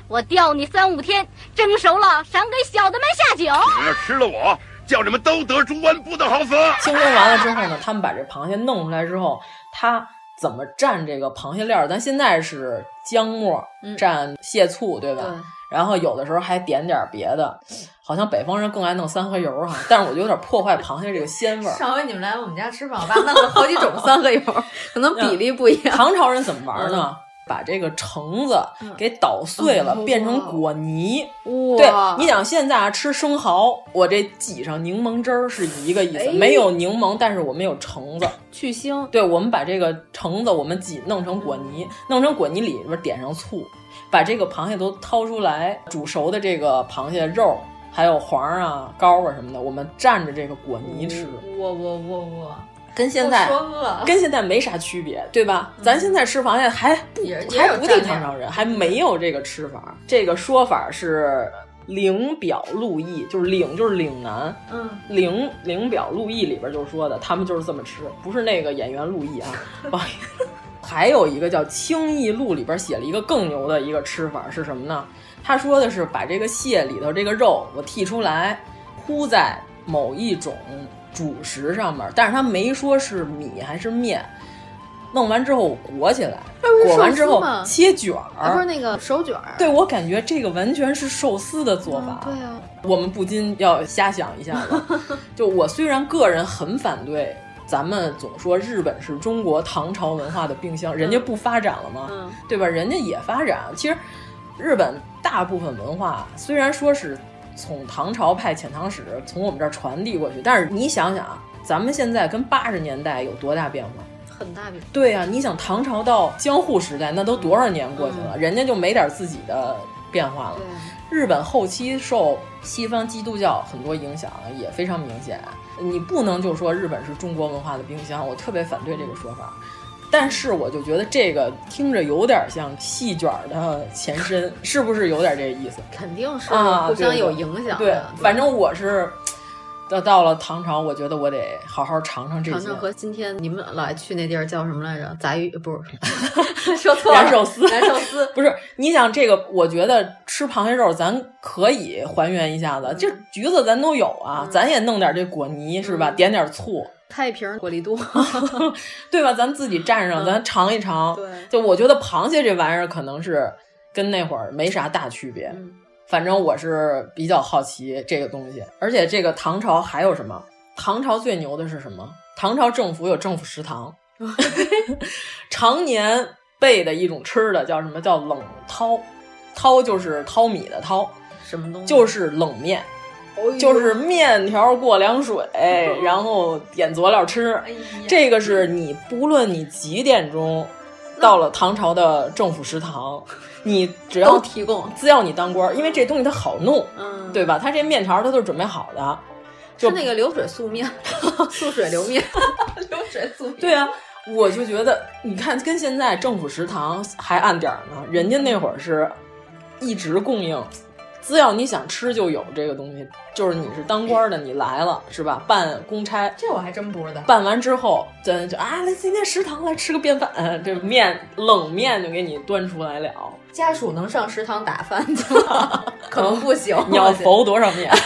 我吊你3、5天，蒸熟了赏给小的们下酒。 你们要吃了我，叫你们都得猪瘟，不得好死。 清蒸完了之后呢，他们把这螃蟹弄出来之后，他怎么蘸这个螃蟹料？咱现在是姜末蘸蟹醋，对吧？ 对。 然后有的时候还点点别的，好像北方人更爱弄3合油哈，但是我觉得有点破坏螃蟹这个鲜味儿。 上回你们来我们家吃饭，我爸弄了好几种3合油，可能比例不一样。 唐朝人怎么玩呢？把这个橙子给捣碎了，变成果泥。对，你想现在吃生蚝，我这挤上柠檬汁儿是一个意思，没有柠檬，但是我们有橙子去腥。 对，我们把这个橙子我们弄成果泥，弄成果泥里边点上醋，把这个螃蟹都掏出来，煮熟的这个螃蟹肉还有黄啊、膏啊什么的，我们蘸着这个果泥吃。 哇！ 跟现在没啥区别，对吧？咱现在吃螃蟹还不敌唐朝人，还没有这个吃法。这个说法是岭表录议，就是岭就是岭南，岭表录议里边就说的，他们就是这么吃，不是那个演员陆毅啊，不好意思。还有一个叫《清议录》里边写了一个更牛的一个吃法是什么呢？他说的是把这个蟹里头这个肉我剔出来，铺在某一种主食上面，但是他没说是米还是面，弄完之后裹起来，裹完之后切卷儿， 不是那个手卷儿。 对，我感觉这个完全是寿司的做法。 对啊， 我们不禁要瞎想一下了。就我虽然个人很反对，咱们总说日本是中国唐朝文化的冰箱，人家不发展了吗？对吧？人家也发展。其实日本大部分文化虽然说是从唐朝派遣唐使从我们这儿传递过去，但是你想想啊，咱们现在跟80年代有多大变化？ 很大变化。 对啊，你想唐朝到江户时代，那都多少年过去了，人家就没点自己的变化了。日本后期受西方基督教很多影响也非常明显，你不能就说日本是中国文化的冰箱，我特别反对这个说法。但是我就觉得这个听着有点像细卷的前身，是不是有点这个意思？ 肯定是互相有影响的。 对，反正我是到了唐朝，我觉得我得好好尝尝这些。 尝尝和今天你们老去那地儿叫什么来着？杂鱼不是说错了， 燃寿司。 燃寿司不是，你想这个，我觉得吃螃蟹肉咱可以还原一下子，这橘子咱都有啊，咱也弄点这果泥是吧？点点醋。 太平果粒多， 对吧？咱自己蘸上，咱尝一尝。对，就我觉得螃蟹这玩意儿可能是跟那会儿没啥大区别。反正我是比较好奇这个东西，而且这个唐朝还有什么？唐朝最牛的是什么？唐朝政府有政府食堂，常年备的一种吃的叫什么？叫冷涛，涛就是淘米的涛， 什么东西？ 就是冷面。就是面条过凉水，然后点佐料吃。这个是你不论你几点钟到了唐朝的政府食堂，你只要提供， 只要你当官，因为这东西它好弄，对吧？它这面条它都是准备好的， 就那个流水素面，素水流面，流水素面。 对啊，我就觉得你看，跟现在政府食堂还按点呢，人家那会儿是一直供应。只要你想吃就有这个东西，就是你是当官的，你来了是吧？办公差， 这我还真不知道。 办完之后，咱就来今天食堂来吃个便饭，这面冷面就给你端出来了。 家属能上食堂打饭去吗？可能不行。 你要浮多少面？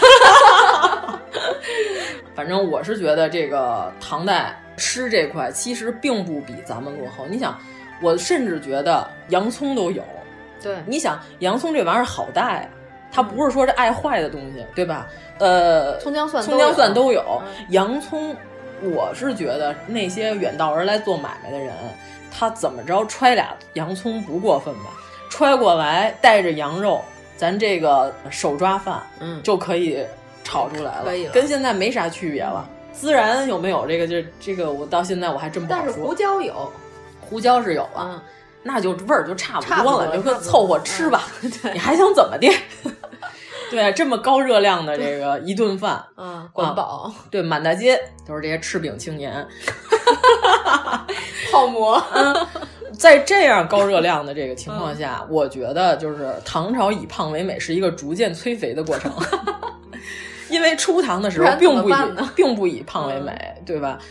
反正我是觉得这个唐代吃这块其实并不比咱们落后。你想，我甚至觉得洋葱都有。 对， 你想洋葱这玩意儿好带。它不是说这爱坏的东西，对吧？ 葱姜蒜都有。洋葱，我是觉得那些远道而来做买卖的人，他怎么着揣俩洋葱不过分吧？揣过来带着羊肉，咱这个手抓饭，就可以炒出来了， 可以了， 跟现在没啥区别了。孜然有没有这个？我到现在我还真不好说。 但是胡椒有， 胡椒是有啊。那就味儿就差不多了，你就可凑合吃吧。你还想怎么的？对，这么高热量的这个一顿饭， 管饱。 对，满大街都是这些吃饼青年， 泡馍。 在这样高热量的这个情况下，我觉得就是唐朝以胖为美是一个逐渐催肥的过程。因为初唐的时候并不以胖为美，对吧？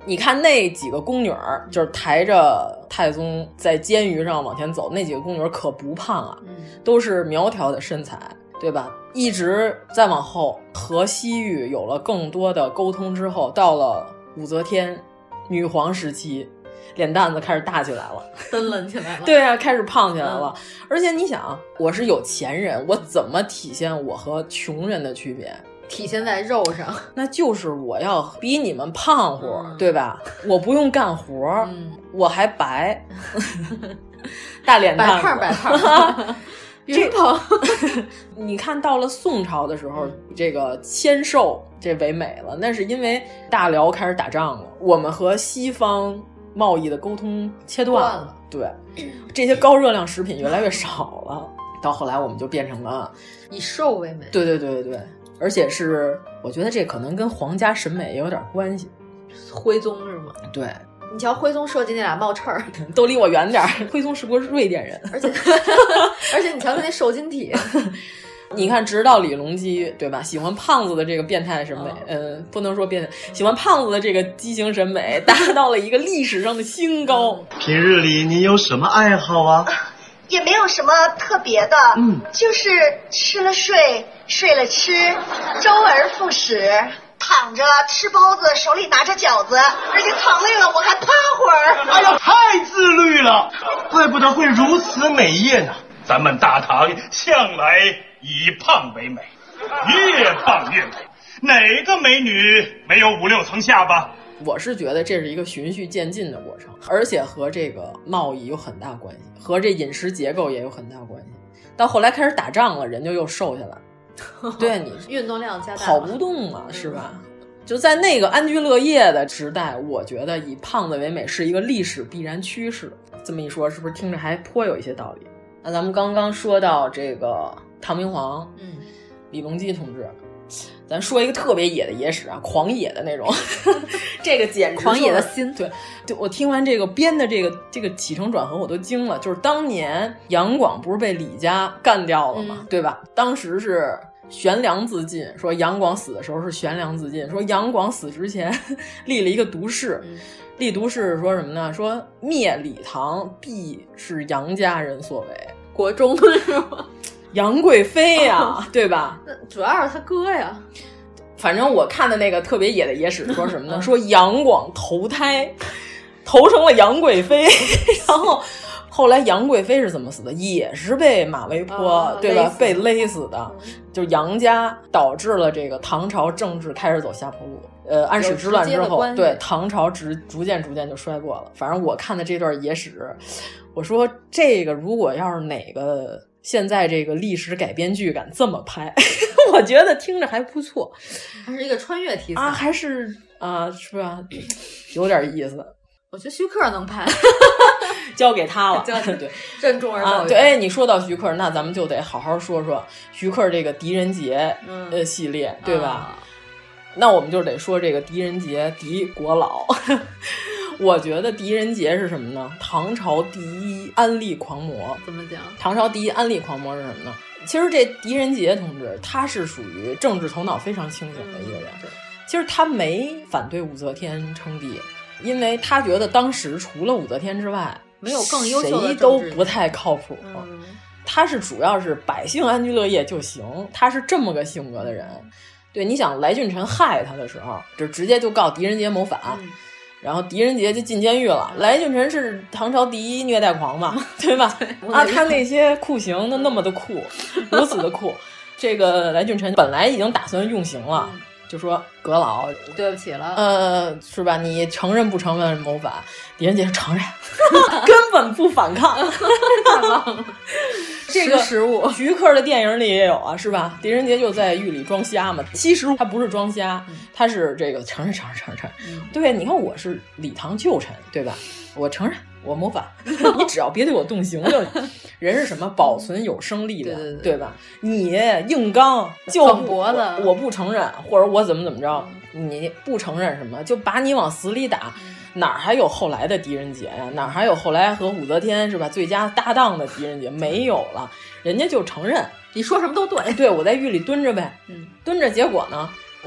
你看那几个宫女儿，就是抬着太宗在监狱上往前走，那几个宫女儿可不胖啊，都是苗条的身材，对吧？一直再往后，和西域有了更多的沟通之后，到了武则天女皇时期，脸蛋子开始大起来了， 蹬抡起来了。 对啊，开始胖起来了。而且你想，我是有钱人，我怎么体现我和穷人的区别？ 体现在肉上， 那就是我要比你们胖乎，对吧？我不用干活，我还白，大脸蛋子， 白胖。 这胖，你看到了宋朝的时候，这个纤瘦这唯美了，那是因为大辽开始打仗了，我们和西方贸易的沟通切断了，对，这些高热量食品越来越少了，到后来我们就变成了以瘦为美。 对，而且是我觉得这可能跟皇家审美也有点关系。 徽宗是吗？ 对。 你瞧徽宗设计那俩帽翅儿， 都离我远点儿。徽宗是个瑞典人， 而且你瞧他那瘦金体， 你看，直到李隆基，对吧？喜欢胖子的这个变态审美，不能说变态，喜欢胖子的这个畸形审美达到了一个历史上的新高。 平日里你有什么爱好啊？ 也没有什么特别的，就是吃了睡，睡了吃，周而复始。躺着吃包子，手里拿着饺子，而且躺累了我还趴会儿。 哎呀，太自律了，怪不得会如此美艳呢。 咱们大唐向来以胖为美，越胖越美。哪个美女没有5、6层下巴？ 我是觉得这是一个循序渐进的过程，而且和这个贸易有很大关系，和这饮食结构也有很大关系。到后来开始打仗了，人就又瘦下来。对，你运动量加大， 跑不动嘛，是吧？就在那个安居乐业的时代，我觉得以胖子为美是一个历史必然趋势。这么一说，是不是听着还颇有一些道理？那咱们刚刚说到这个唐明皇，李隆基同志，咱说一个特别野的野史啊，狂野的那种，这个简直狂野的心。 对，我听完这个编的这个起承转合，我都惊了。就是当年杨广不是被李家干掉了嘛，对吧？当时是悬梁自尽，说杨广死的时候是悬梁自尽，说杨广死之前立了一个毒誓，立毒誓说什么呢？说灭李唐必是杨家人所为， 国中是吗？ 杨贵妃呀，对吧？ 那主要是他哥呀。 反正我看的那个特别野的野史说什么呢？说杨广投胎，投成了杨贵妃，然后后来杨贵妃是怎么死的？也是被马嵬坡，对吧？被勒死的。就杨家导致了这个唐朝政治开始走下坡路。安史之乱之后，对唐朝逐渐就衰落了。反正我看的这段野史，我说这个如果要是哪个现在这个历史改编剧敢这么拍，我觉得听着还不错， 还是一个穿越题材啊，还是是吧？有点意思。 我觉得徐克能拍， 交给他了。对， 任重而道远。 对，你说到徐克，那咱们就得好好说说徐克这个狄仁杰系列，对吧？那我们就得说这个狄仁杰狄国老。我觉得狄仁杰是什么呢？唐朝第一安利狂魔。 怎么讲？ 唐朝第一安利狂魔是什么呢？其实这狄仁杰同志他是属于政治头脑非常清醒的一个人。其实他没反对武则天称帝，因为他觉得当时除了武则天之外， 没有更优秀的， 谁都不太靠谱。他是主要是百姓安居乐业就行，他是这么个性格的人。对，你想来俊臣害他的时候，就直接就告狄仁杰谋反，然后狄仁杰就进监狱了。来俊臣是唐朝第一虐待狂嘛，对吧？他那些酷刑都那么的酷，如此的酷。这个来俊臣本来已经打算用刑了。就说阁老， 对不起了， 是吧？你承认不承认谋反？狄仁杰承认，根本不反抗， 太棒了。 这个徐克的电影里也有啊，是吧？狄仁杰就在狱里装瞎嘛，其实他不是装瞎，他是这个承认。对，你看我是李唐旧臣，对吧？我承认。我谋反，你只要别对我动刑就行。人是什么？保存有生力量，对吧？你硬刚就我不承认，或者我怎么着，你不承认什么，就把你往死里打。哪儿还有后来的狄仁杰呀？哪儿还有后来和武则天是吧最佳搭档的狄仁杰？没有了，人家就承认， 你说什么都对。 对，我在狱里蹲着呗，蹲着，结果呢？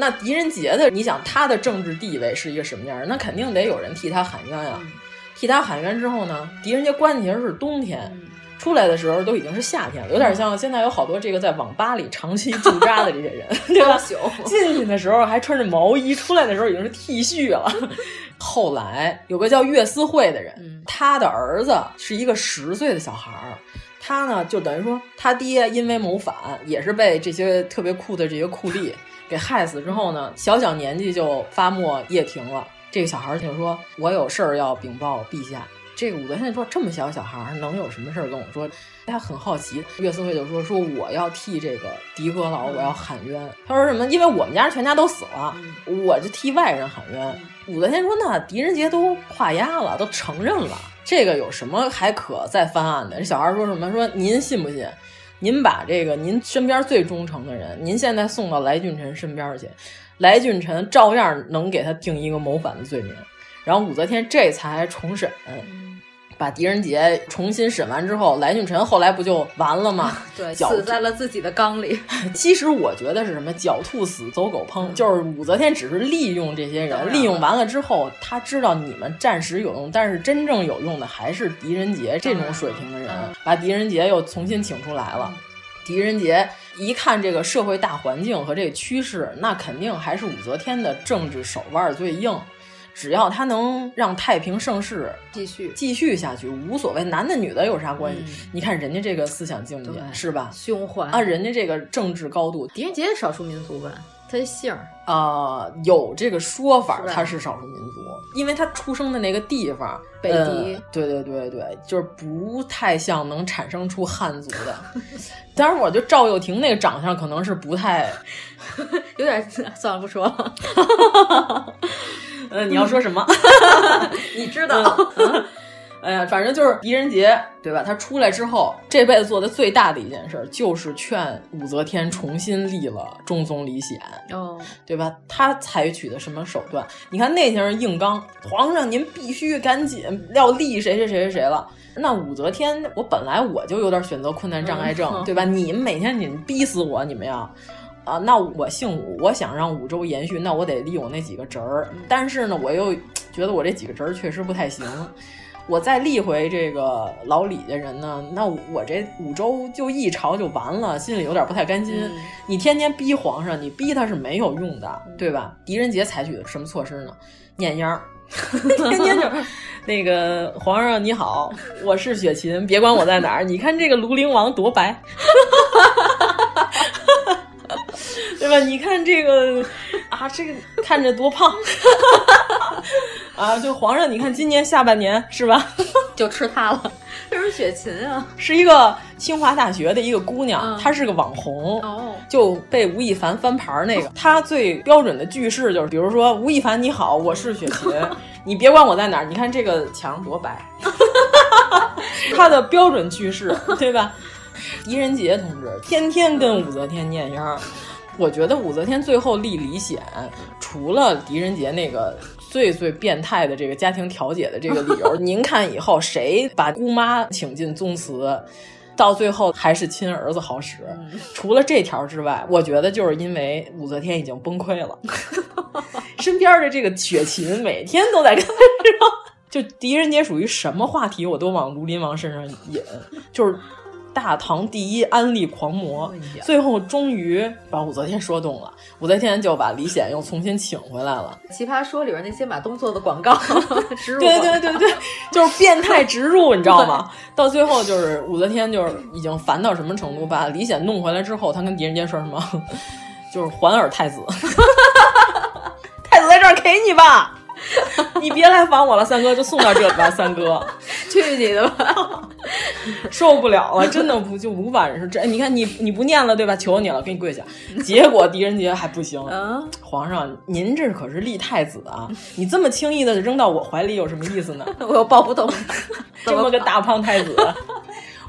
那狄仁杰的，你想他的政治地位是一个什么样？那肯定得有人替他喊冤啊。替他喊冤之后呢，狄仁杰关起来是冬天，出来的时候都已经是夏天了，有点像现在有好多这个在网吧里长期驻扎的这些人，对吧？进去的时候还穿着毛衣，出来的时候已经是 T 恤了。后来有个叫岳思慧的人，他的儿子是一个10岁的小孩儿。他呢，就等于说他爹因为谋反，也是被这些特别酷的这些酷吏给害死之后呢，小年纪就发没掖庭了。这个小孩就说：“我有事儿要禀报陛下。”这个武则天说：“这么小孩能有什么事儿跟我说？”他很好奇。岳思慧就说：“我要替这个狄阁老，我要喊冤。”他说什么？因为我们家全家都死了，我就替外人喊冤。武则天说：“那狄仁杰都画押了，都承认了。”这个有什么还可再翻案的？这小孩说什么？说您信不信？您把这个您身边最忠诚的人，您现在送到来俊臣身边去，来俊臣照样能给他定一个谋反的罪名。然后武则天这才重审，把狄仁杰重新审完之后，来俊臣后来不就完了吗？ 对，死在了自己的缸里。 其实我觉得是什么？狡兔死，走狗烹。就是武则天只是利用这些人，利用完了之后，他知道你们暂时有用，但是真正有用的还是狄仁杰这种水平的人，把狄仁杰又重新请出来了。狄仁杰一看这个社会大环境和这个趋势，那肯定还是武则天的政治手腕最硬。只要他能让太平盛世继续下去，无所谓男的女的有啥关系？你看人家这个思想境界是吧？ 胸怀啊，人家这个政治高度。 狄仁杰是少数民族吧？他的姓有这个说法，他是少数民族，因为他出生的那个地方北狄， 对，就是不太像能产生出汉族的。当然，我觉得赵又廷那个长相可能是不太， 有点算了，不说了。 你要说什么？ 你知道？ 哎呀，反正就是狄仁杰，对吧？他出来之后，这辈子做的最大的一件事就是劝武则天重新立了中宗李显，对吧？他采取的什么手段？你看那些人硬刚，皇上您必须赶紧要立谁了。那武则天，本来我就有点选择困难障碍症，对吧？你们每天你们逼死我，你们要。那我姓武，我想让武周延续，那我得立我那几个侄儿。但是呢，我又觉得我这几个侄儿确实不太行。我再立回这个老李家人呢，那我这武周就一朝就完了，心里有点不太甘心。你天天逼皇上，你逼他是没有用的，对吧？狄仁杰采取的什么措施呢？念秧儿。天天就那个皇上你好，我是雪芹，别管我在哪儿。你看这个庐陵王多白。对吧？你看这个这个看着多胖就皇上，你看今年下半年是吧？ 就吃它了。这是雪芹啊， 是一个清华大学的一个姑娘，她是个网红，就被吴亦凡翻牌那个。她最标准的句式就是，比如说吴亦凡你好，我是雪芹，你别管我在哪儿，你看这个墙多白。她的标准句式，对吧？狄仁杰同志天天跟武则天念秧。我觉得武则天最后立李显，除了狄仁杰那个最变态的这个家庭调解的这个理由，您看以后谁把姑妈请进宗祠，到最后还是亲儿子好使。除了这条之外，我觉得就是因为武则天已经崩溃了，身边的这个雪芹每天都在跟他说，就狄仁杰属于什么话题我都往庐陵王身上引，就是大唐第一安利狂魔，最后终于把武则天说动了，武则天就把李显又重新请回来了。 奇葩说里边那些马东做的广告植入， 对，就是变态植入，你知道吗？到最后就是武则天就是已经烦到什么程度，把李显弄回来之后，他跟狄仁杰说什么？就是还尔太子，太子在这儿给你吧。你别来烦我了，三哥，就送到这里吧，三哥， 去你的吧， 受不了了，真的就无法忍受。这你看你不念了对吧？求你了，给你跪下。结果狄仁杰还不行，皇上您这可是立太子啊，你这么轻易的扔到我怀里有什么意思呢？ 我又抱不动， 这么个大胖太子。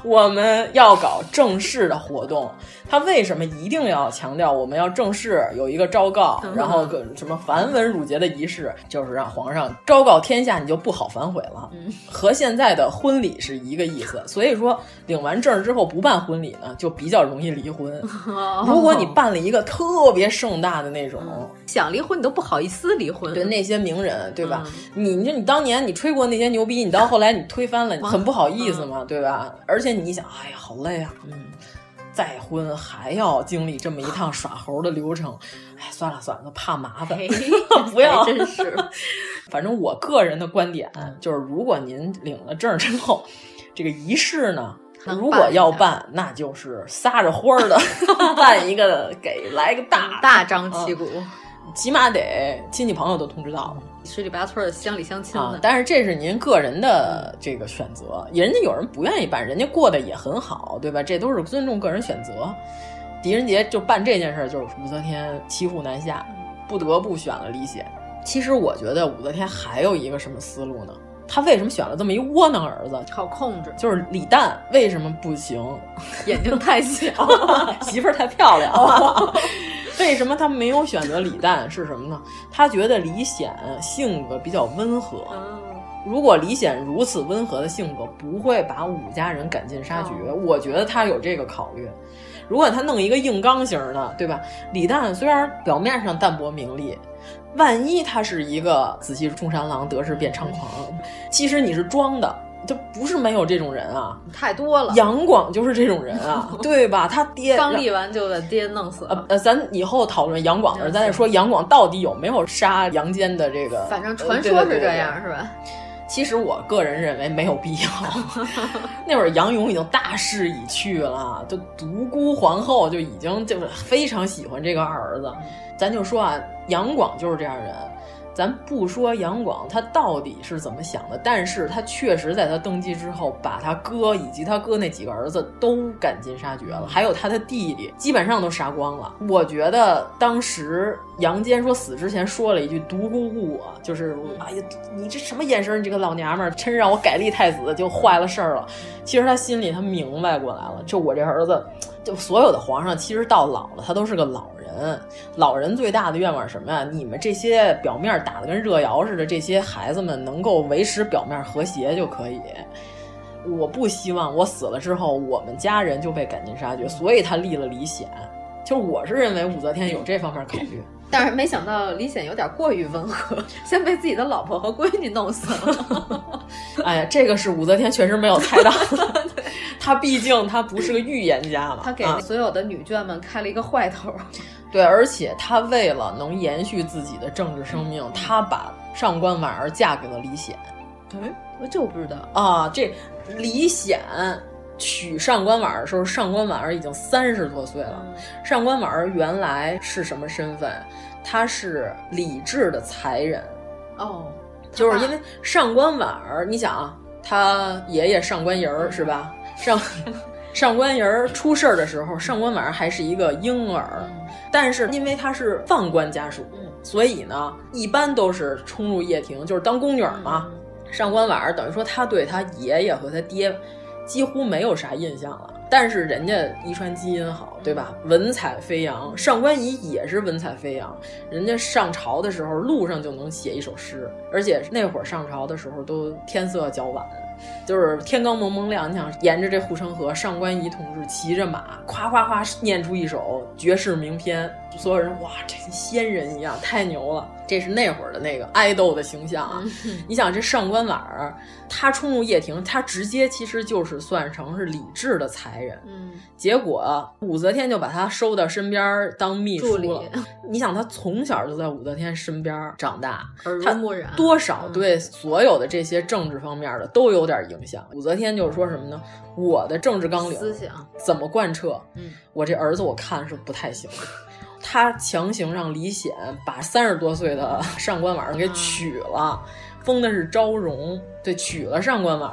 我们要搞正式的活动，他为什么一定要强调我们要正式有一个昭告，然后个什么繁文缛节的仪式，就是让皇上昭告天下，你就不好反悔了。和现在的婚礼是一个意思，所以说领完证之后不办婚礼呢，就比较容易离婚。如果你办了一个特别盛大的那种， 想离婚你都不好意思离婚。 对那些名人，对吧？你当年你吹过那些牛逼，你到后来你推翻了，你很不好意思嘛，对吧？而且你想，哎呀，好累啊，再婚还要经历这么一趟耍猴的流程，哎，算了，怕麻烦，不要。 真是， 反正我个人的观点就是，如果您领了证之后，这个仪式呢，如果要办，那就是撒着欢儿的办一个，来个大张旗鼓， 起码得亲戚朋友都通知到了。 十里八村的乡里乡亲的， 但是这是您个人的这个选择，人家有人不愿意办，人家过得也很好，对吧？这都是尊重个人选择。狄仁杰就办这件事，就是武则天骑虎难下，不得不选了李显。其实我觉得武则天还有一个什么思路呢？他为什么选了这么一窝囊儿子？ 好控制， 就是李旦为什么不行？ 眼睛太小， 媳妇儿太漂亮。为什么他没有选择李旦？是什么呢？他觉得李显性格比较温和。如果李显如此温和的性格，不会把武家人赶尽杀绝。我觉得他有这个考虑。如果他弄一个硬刚型的，对吧？李旦虽然表面上淡泊名利，万一他是一个仔细中山狼，得势变猖狂，其实你是装的。就不是没有这种人啊， 太多了。 杨广就是这种人啊，对吧？他爹刚立完就把爹弄死了。 咱以后讨论杨广的时候，咱再说杨广到底有没有杀杨坚的这个。 反正传说是这样，是吧？ 其实我个人认为没有必要。那会儿杨勇已经大势已去了，就独孤皇后就已经就是非常喜欢这个二儿子。咱就说啊，杨广就是这样人。咱不说杨广他到底是怎么想的，但是他确实在他登基之后，把他哥以及他哥那几个儿子都赶尽杀绝了，还有他的弟弟基本上都杀光了。我觉得当时杨坚说死之前说了一句独孤顾我，就是哎呀，你这什么眼神，你这个老娘们儿，真让我改立太子就坏了事儿了。其实他心里他明白过来了，就我这儿子，就所有的皇上其实到老了他都是个老人，老人最大的愿望是什么呀？你们这些表面打得跟热窑似的这些孩子们能够维持表面和谐就可以。我不希望我死了之后我们家人就被赶尽杀绝，所以他立了李显。就是我是认为武则天有这方面考虑， 但是没想到李显有点过于温和，先被自己的老婆和闺女弄死了。 哎呀，这个是武则天确实没有猜到的。他毕竟他不是个预言家嘛， 他给所有的女眷们开了一个坏头。 对，而且他为了能延续自己的政治生命，他把上官婉儿嫁给了李显。 我就不知道啊，这李显娶上官婉儿的时候，上官婉儿已经30多岁了。上官婉儿原来是什么身份？她是李治的才人。就是因为上官婉儿，你想啊，他爷爷上官仪是吧？上官仪出事的时候，上官婉儿还是一个婴儿，但是因为她是宦官家属，所以呢，一般都是冲入掖庭，就是当宫女嘛。上官婉儿等于说他对他爷爷和他爹几乎没有啥印象了，但是人家遗传基因好，对吧？文采飞扬，上官仪也是文采飞扬，人家上朝的时候路上就能写一首诗，而且那会儿上朝的时候都天色较晚，就是天刚蒙蒙亮，你想沿着这护城河，上官仪同志骑着马，夸夸夸念出一首绝世名篇，所有人哇，这跟仙人一样，太牛了。这是那会儿的那个爱豆的形象啊！你想这上官婉儿，她冲入掖庭，她直接其实就是算成是李治的才人。结果武则天就把她收到身边当秘书了。你想她从小就在武则天身边长大， 耳濡目染， 多少对所有的这些政治方面的都有点影响。武则天就是说什么呢？我的政治纲领思想怎么贯彻？我这儿子我看是不太行的。他强行让李显把30多岁的上官婉儿给娶了，封的是昭容，对，娶了上官婉儿。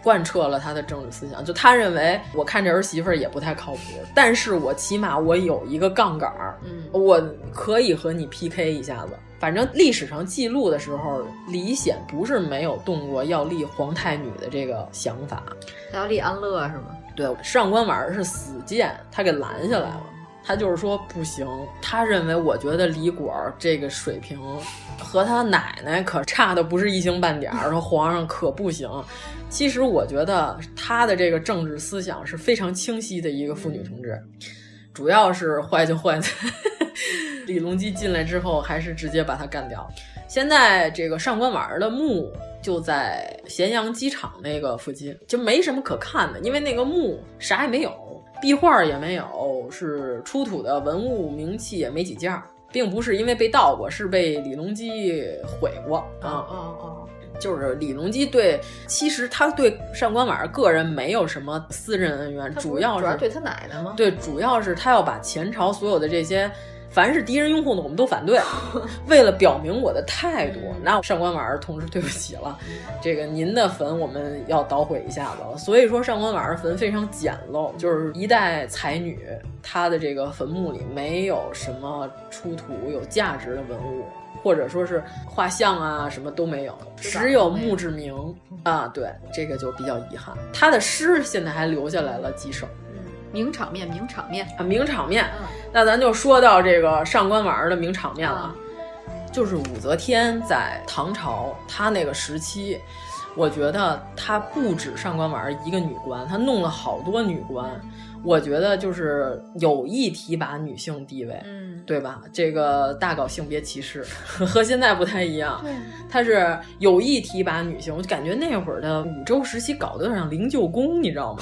贯彻了他的政治思想。就他认为，我看这儿媳妇也不太靠谱，但是我起码我有一个杠杆，我可以和你 PK 一下子。反正历史上记录的时候，李显不是没有动过要立皇太女的这个想法， 他要立安乐是吗？ 对，上官婉儿是死谏，他给拦下来了。他就是说不行，他认为，我觉得李果这个水平和他奶奶可差的不是一星半点，说皇上可不行。其实我觉得他的这个政治思想是非常清晰的一个妇女同志，主要是坏就坏在李隆基进来之后，还是直接把他干掉。现在这个上官婉儿的墓就在咸阳机场那个附近，就没什么可看的，因为那个墓啥也没有，壁画也没有，是出土的文物名器也没几件，并不是因为被盗过，是被李隆基毁过啊。就是李隆基其实他对上官婉儿个人没有什么私人恩怨，主要是对他奶奶吗？ 对，主要是他要把前朝所有的这些凡是敌人拥护的我们都反对，为了表明我的态度，那上官婉儿同志对不起了，这个您的坟我们要捣毁一下子了。所以说上官婉儿坟非常简陋，就是一代才女，她的这个坟墓里没有什么出土有价值的文物，或者说是画像啊什么都没有，只有墓志铭啊。对，这个就比较遗憾。他的诗现在还留下来了几首。 名场面啊， 名场面。那咱就说到这个上官婉儿的名场面了，就是武则天在唐朝她那个时期，我觉得她不止上官婉儿一个女官，她弄了好多女官。我觉得就是有意提拔女性地位，对吧？这个大搞性别歧视，和现在不太一样。他是有意提拔女性，我就感觉那会儿的武周时期搞得有点像灵鹫宫，你知道吗？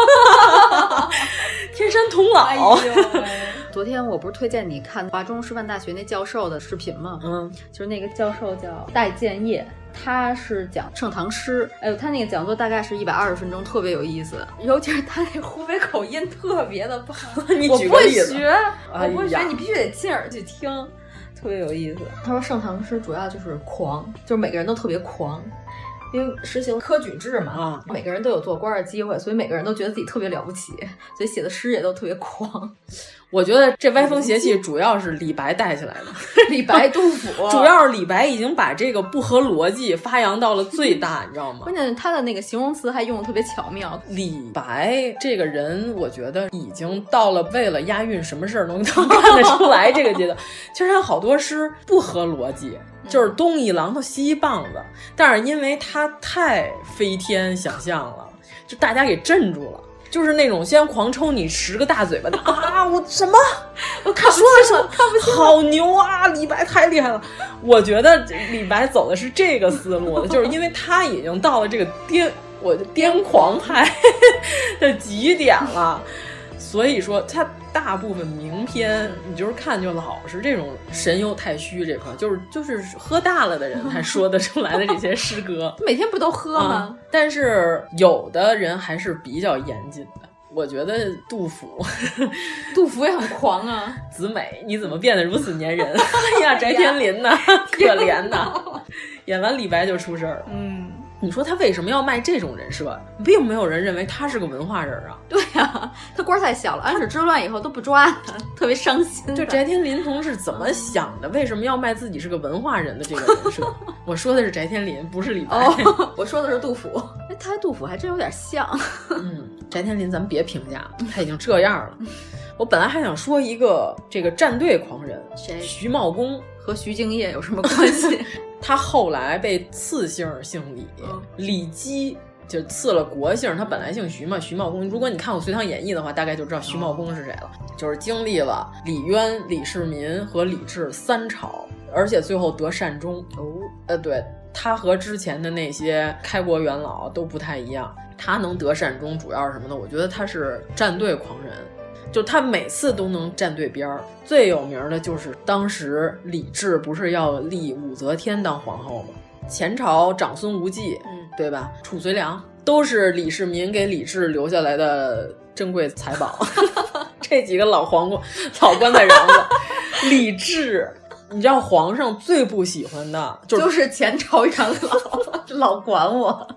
天山童姥。 昨天我不是推荐你看华中师范大学那教授的视频吗？就是那个教授叫戴建业。他是讲盛唐诗，哎呦，他那个讲座大概是120分钟，特别有意思，尤其是他那湖北口音特别的棒。 你举个例子。 我不会学，你必须得亲耳去听，特别有意思。他说盛唐诗主要就是狂，就是每个人都特别狂。因为实行科举制嘛，每个人都有做官的机会，所以每个人都觉得自己特别了不起，所以写的诗也都特别狂。 我觉得这歪风邪气主要是李白带起来的， 李白、杜甫， 主要是李白已经把这个不合逻辑发扬到了最大，你知道吗？ 关键是他的那个形容词还用的特别巧妙。 李白这个人，我觉得已经到了为了押韵什么事儿能干得出来这个阶段。其实他好多诗不合逻辑。就是东一榔头西一棒子，但是因为他太飞天想象了，就大家给镇住了，就是那种先狂抽你10个大嘴巴的啊！我什么？我看说了什么？看不清，好牛啊！李白太厉害了。我觉得李白走的是这个思路的，就是因为他已经到了这个癫狂派的极点了，所以说他大部分名篇你就是看就老是这种神游太虚这块，就是喝大了的人才说得出来的这些诗歌。 每天不都喝吗？ 但是有的人还是比较严谨的。我觉得杜甫也很狂啊。 子美，你怎么变得如此粘人？哎呀，翟天临呐，可怜呐，演完李白就出事儿了。你说他为什么要卖这种人设？并没有人认为他是个文化人啊。 对啊，他官太小了，安史之乱以后都不抓他，特别伤心。 就翟天临同志怎么想的？为什么要卖自己是个文化人的这个人设？我说的是翟天临，不是李白。 我说的是杜甫。他杜甫还真有点像。 翟天临咱们别评价，他已经这样了。我本来还想说一个这个战队狂人， 谁？ 徐茂公。 和徐敬业有什么关系？ 他后来被赐姓姓李，李基就赐了国姓，他本来姓徐嘛，徐茂公。如果你看过《隋唐演义》的话，大概就知道徐茂公是谁了。就是经历了李渊、李世民和李治3朝，而且最后得善终。对，他和之前的那些开国元老都不太一样。他能得善终，主要是什么呢？我觉得他是战队狂人。就他每次都能站对边儿，最有名的就是当时李治不是要立武则天当皇后吗？前朝长孙无忌，对吧？褚遂良都是李世民给李治留下来的珍贵财宝。这几个老棺材瓤子，李治，你知道皇上最不喜欢的就是前朝元老，老管我。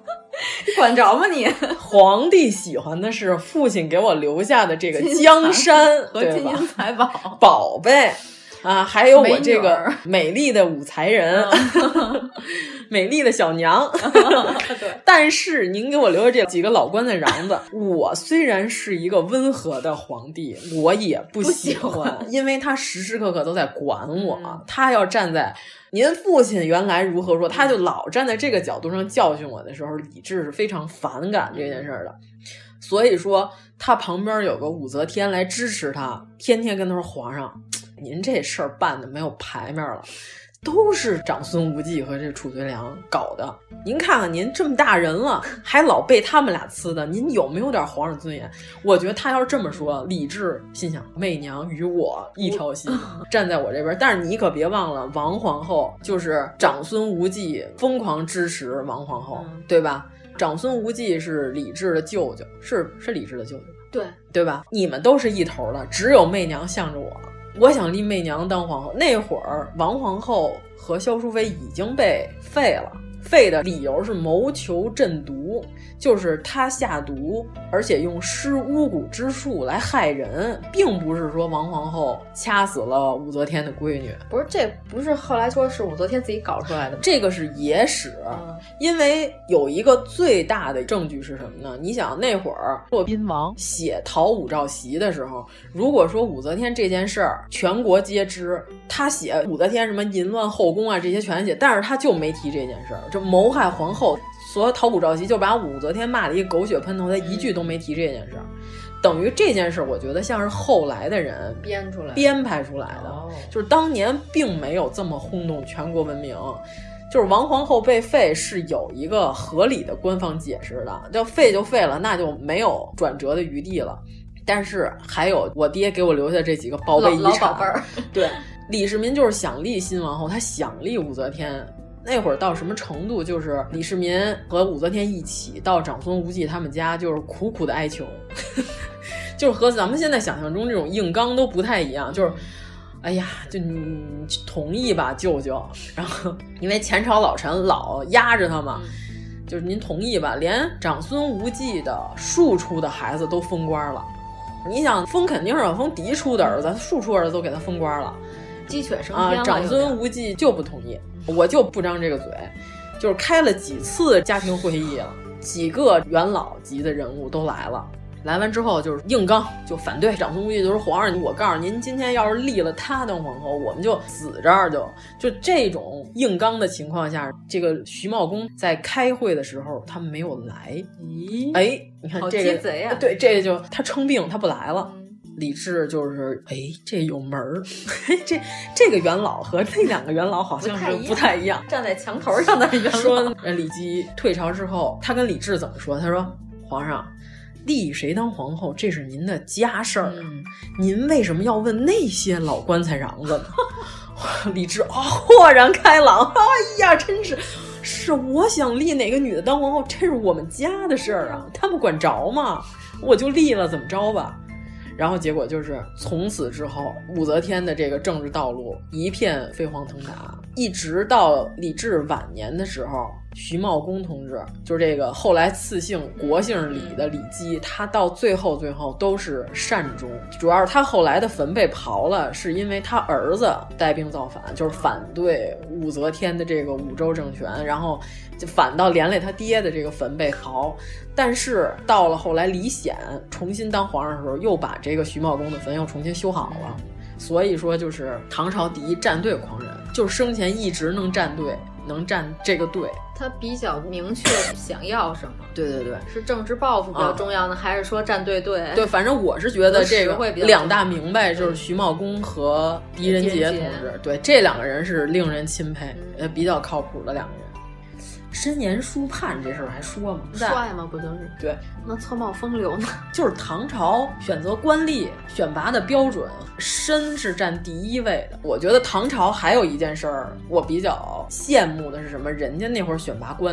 管着吗你？ 皇帝喜欢的是父亲给我留下的这个江山和金银财宝宝贝啊，还有我这个美丽的武才人，美丽的小娘。但是您给我留下这几个老棺材瓤子，我虽然是一个温和的皇帝，我也不喜欢，因为他时时刻刻都在管我，他要站在您父亲原来如何说，他就老站在这个角度上教训我的时候，李治是非常反感这件事的。所以说他旁边有个武则天来支持他，天天跟他说，皇上您这事儿办的没有排面了，都是长孙无忌和这褚遂良搞的。您看看您这么大人了，还老被他们俩呲的，您有没有点皇上尊严？我觉得他要是这么说，李治心想，媚娘与我一条心，站在我这边。但是你可别忘了，王皇后就是长孙无忌疯狂支持王皇后，对吧？长孙无忌是李治的舅舅，是李治的舅舅，对吧？你们都是一头的，只有媚娘向着我。我想立媚娘当皇后，那会儿王皇后和萧淑妃已经被废了，废的理由是谋求镇毒，就是他下毒，而且用施巫蛊之术来害人，并不是说王皇后掐死了武则天的闺女。 不是，这不是后来说是武则天自己搞出来的吗？ 这个是野史，因为有一个最大的证据是什么呢？你想那会儿骆宾王写讨武曌檄的时候，如果说武则天这件事儿全国皆知，他写武则天什么淫乱后宫啊这些全写，但是他就没提这件事儿，就谋害皇后，所有讨武曌檄就把武则天骂了一个狗血喷头，他一句都没提这件事儿。等于这件事我觉得像是后来的人编排出来的，就是当年并没有这么轰动全国闻名。就是王皇后被废是有一个合理的官方解释的，就废就废了，那就没有转折的余地了。但是还有我爹给我留下这几个宝贝遗产，对，李世民就是想立新王后，他想立武则天。那会儿到什么程度，就是李世民和武则天一起到长孙无忌他们家，就是苦苦的哀求就是和咱们现在想象中这种硬刚都不太一样，就是哎呀，就你同意吧舅舅，然后因为前朝老臣老压着他嘛，就是您同意吧，连长孙无忌的庶出的孩子都封官了。你想封肯定是要封嫡出的儿子，庶出儿子都给他封官了， 鸡犬升天了。 长孙无忌就不同意，我就不张这个嘴，就是开了几次家庭会议了，几个元老级的人物都来了。来完之后就是硬刚，就反对长孙无忌，就说皇上，我告诉您，今天要是立了他当皇后，我们就死这儿。就这种硬刚的情况下，这个徐茂公在开会的时候他们没有来。哎，你看这个好鸡贼啊！ 对，这就他称病，他不来了。李治就是这有门儿，这个元老和那两个元老好像是不太一样， 站在墙头上的元老。 说李基退朝之后，他跟李治怎么说？他说：“皇上。”立谁当皇后，这是您的家事儿，您为什么要问那些老棺材瓤子呢？李治豁然开朗，哎呀，真是我想立哪个女的当皇后，这是我们家的事儿啊，他们管着吗？我就立了，怎么着吧？然后结果就是从此之后，武则天的这个政治道路一片飞黄腾达，一直到李治晚年的时候，徐茂公同志就是这个后来赐姓国姓李的李基，他到最后都是善终。主要是他后来的坟被刨了，是因为他儿子带兵造反，就是反对武则天的这个武周政权，然后就反倒连累他爹的这个坟被刨。但是到了后来李显重新当皇上的时候，又把这个徐茂公的坟又重新修好了。所以说就是唐朝第一站队狂人，就是生前一直能站队，能站这个队。 他比较明确想要什么。 对， 是政治抱负比较重要呢，还是说站队？ 对，反正我是觉得这个两大明白就是徐茂公和狄仁杰同志，对，这两个人是令人钦佩，比较靠谱的两个人。申言书判这事儿还说吗？ 帅吗？不就是对？ 那侧帽风流呢？ 就是唐朝选择官吏选拔的标准，申是占第一位的。我觉得唐朝还有一件事儿，我比较羡慕的是什么？人家那会儿选拔官吏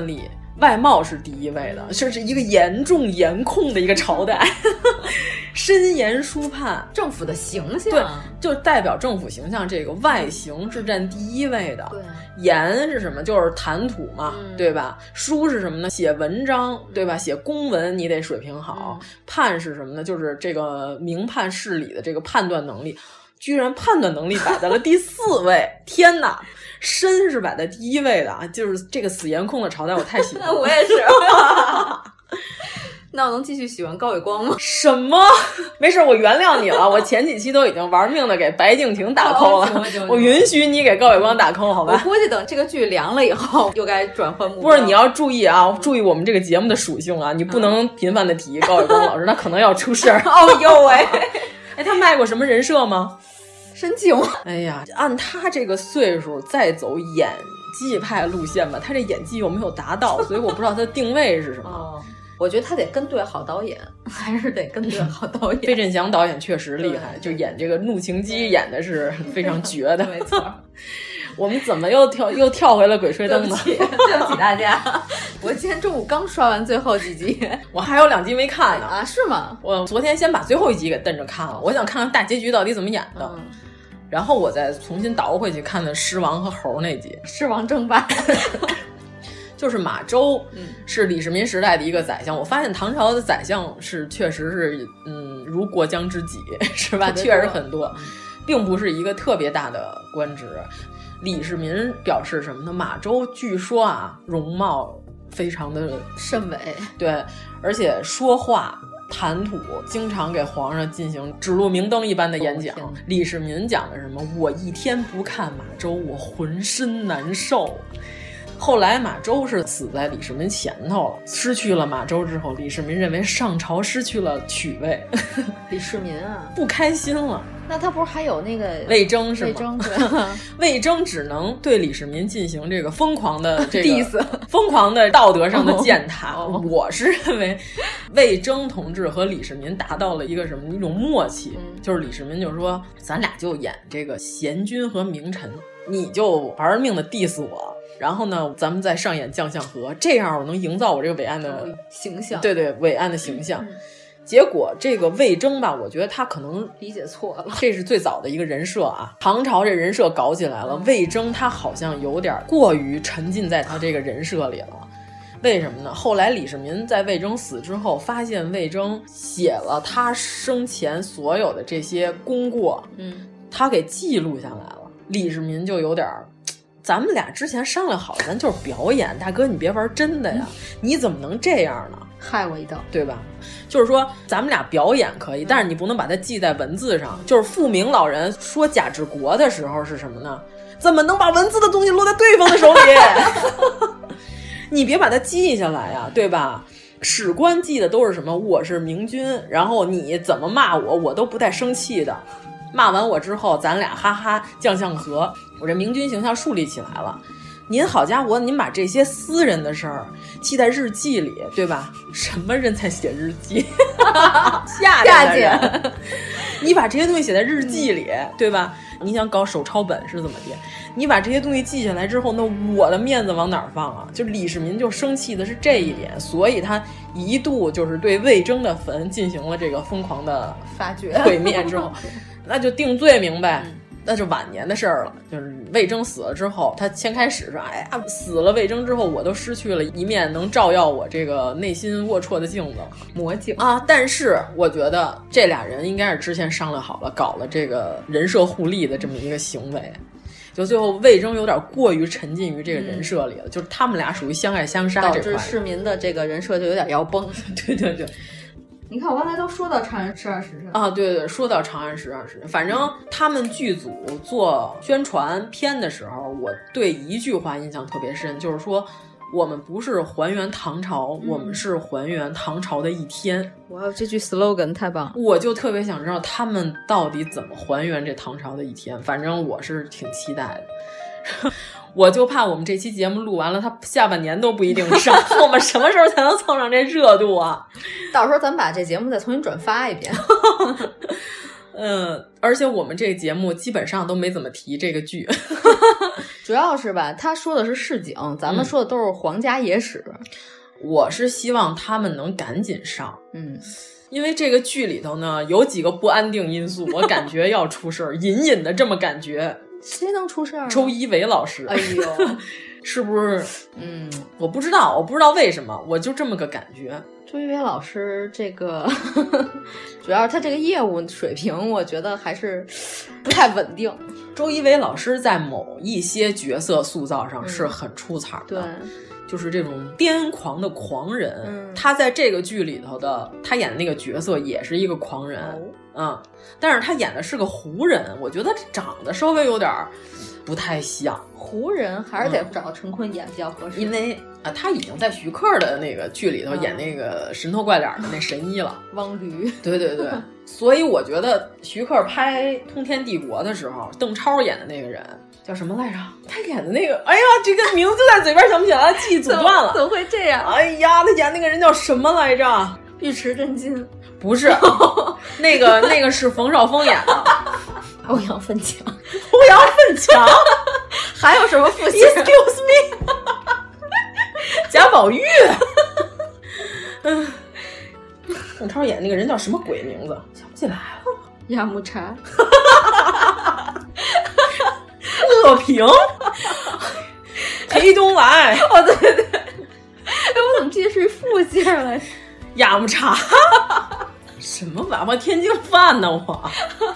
外貌是第一位的，这是一个严重严控的一个朝代，深严书判， 政府的形象， 对，就代表政府形象，这个外形是占第一位的。对，言是什么？就是谈吐嘛，对吧？书是什么呢？写文章，对吧？写公文你得水平好。判是什么呢？就是这个明判事理的这个判断能力。居然判断能力摆在了第4位，天哪！身是摆在第1位的啊，就是这个死颜控的朝代，我太喜欢了。 我也是。那我能继续喜欢高伟光吗？ 什么？没事，我原谅你了。我前几期都已经玩命的给白敬亭打 call 了，我允许你给高伟光打 call， 好吧？ 我估计等这个剧凉了以后，又该转换目标。 不是，你要注意啊，注意我们这个节目的属性啊，你不能频繁的提高伟光老师，他可能要出事儿。 哦呦喂！ 哎，他卖过什么人设吗？ 深情。 哎呀，按他这个岁数再走演技派路线吧，他这演技又没有达到，所以我不知道他的定位是什么。 我觉得他得跟对好导演，还是得跟对好导演。 费振翔导演确实厉害，就演这个怒晴姬演的是非常绝的。 没错。 我们怎么又跳回了鬼吹灯呢？ 对不起大家，我今天中午刚刷完最后几集， 我还有2集没看呢。 啊，是吗？ 我昨天先把最后1集给瞪着看了，我想看看大结局到底怎么演的。然后我再重新倒回去看的狮王和猴那集。 狮王争霸。 就是马周，是李世民时代的一个宰相。我发现唐朝的宰相是确实是，如过江之鲫，是吧？确实很多，并不是一个特别大的官职。李世民表示什么呢？马周据说啊，容貌非常的甚伟， 对，而且说话谈吐经常给皇上进行指路明灯一般的演讲。李世民讲的什么？我一天不看马周，我浑身难受。后来马周是死在李世民前头了，失去了马周之后，李世民认为上朝失去了曲位。 李世民啊， 不开心了。 那他不是还有那个魏征是吗？ 魏征对， 魏征只能对李世民进行这个疯狂的这个 diss， 疯狂的道德上的践踏。我是认为魏征同志和李世民达到了一个什么一种默契，就是李世民就说咱俩就演这个贤君和名臣，你就玩命的 diss 我。然后呢，咱们再上演将相和，这样我能营造我这个伟岸的形象。 对对，伟岸的形象。结果这个魏征吧，我觉得他可能理解错了， 这是最早的一个人设啊。唐朝这人设搞起来了，魏征他好像有点过于沉浸在他这个人设里了。为什么呢？后来李世民在魏征死之后，发现魏征写了他生前所有的这些功过，他给记录下来了。李世民就有点咱们俩之前商量好，咱就是表演，大哥你别玩真的呀，你怎么能这样呢？ 害我一道， 对吧？就是说咱们俩表演可以，但是你不能把它记在文字上。就是富明老人说贾志国的时候是什么呢？怎么能把文字的东西落在对方的手里？你别把它记下来呀，对吧？史官记的都是什么？我是明君，然后你怎么骂我，我都不带生气的。骂完我之后，咱俩哈哈将相和，我这明君形象树立起来了。您好家伙，您把这些私人的事儿记在日记里，对吧？什么人才写日记？下人。你把这些东西写在日记里，对吧？你想搞手抄本是怎么的？你把这些东西记下来之后，那我的面子往哪儿放啊？就李世民就生气的是这一点，所以他一度就是对魏征的坟进行了这个疯狂的发掘毁灭之后，那就定罪明白。那是晚年的事儿了，就是魏征死了之后，他先开始说：“哎呀，死了魏征之后，我都失去了一面能照耀我这个内心龌龊的镜子， 魔镜啊。”但是我觉得这俩人应该是之前商量好了，搞了这个人设互利的这么一个行为。就最后魏征有点过于沉浸于这个人设里了，就是他们俩属于相爱相杀这块， 导致市民的这个人设就有点要崩。 对对对。 你看，我刚才都说到《长安十二时辰》 啊，对对，说到《长安十二时辰》，反正他们剧组做宣传片的时候，我对一句话印象特别深，就是说我们不是还原唐朝，我们是还原唐朝的一天。 哇，这句 slogan 太棒！ 我就特别想知道他们到底怎么还原这唐朝的一天，反正我是挺期待的。我就怕我们这期节目录完了，它下半年都不一定上，我们什么时候才能蹭上这热度啊？ 到时候咱们把这节目再重新转发一遍。 而且我们这个节目基本上都没怎么提这个剧。 主要是吧，他说的是市井，咱们说的都是皇家野史。 我是希望他们能赶紧上，因为这个剧里头呢有几个不安定因素，我感觉要出事儿，隐隐的这么感觉。 谁能出事儿？ 周一围老师。 哎呦， 是不是？我不知道为什么，我就这么个感觉。 周一围老师这个主要是他这个业务水平我觉得还是不太稳定。 周一围老师在某一些角色塑造上是很出彩的， 对， 就是这种癫狂的狂人。他在这个剧里头的他演的那个角色也是一个狂人，但是他演的是个胡人，我觉得长得稍微有点不太像。 胡人还是得找陈坤演比较合适， 因为他已经在徐克的那个剧里头演那个神头怪脸的那神医了， 汪驴。 对对对，所以我觉得徐克拍《通天帝国》的时候，邓超演的那个人叫什么来着？他演的那个，哎呀，这个名字就在嘴边想不起来，记忆阻断了。 怎么会这样？ 哎呀，他演那个人叫什么来着？ 尉迟真金。 不是，那个是冯绍峰演的。 欧阳奋强。 欧阳奋强。 还有什么复习 ？Excuse me。贾宝玉。邓超演那个人叫什么鬼名字？想不起来了。 亚木茶。 乐平。裴东来。 哦，对对对。哎，我怎么记得是复姓来着？ 亚木茶。什么娃娃天津饭呢？我。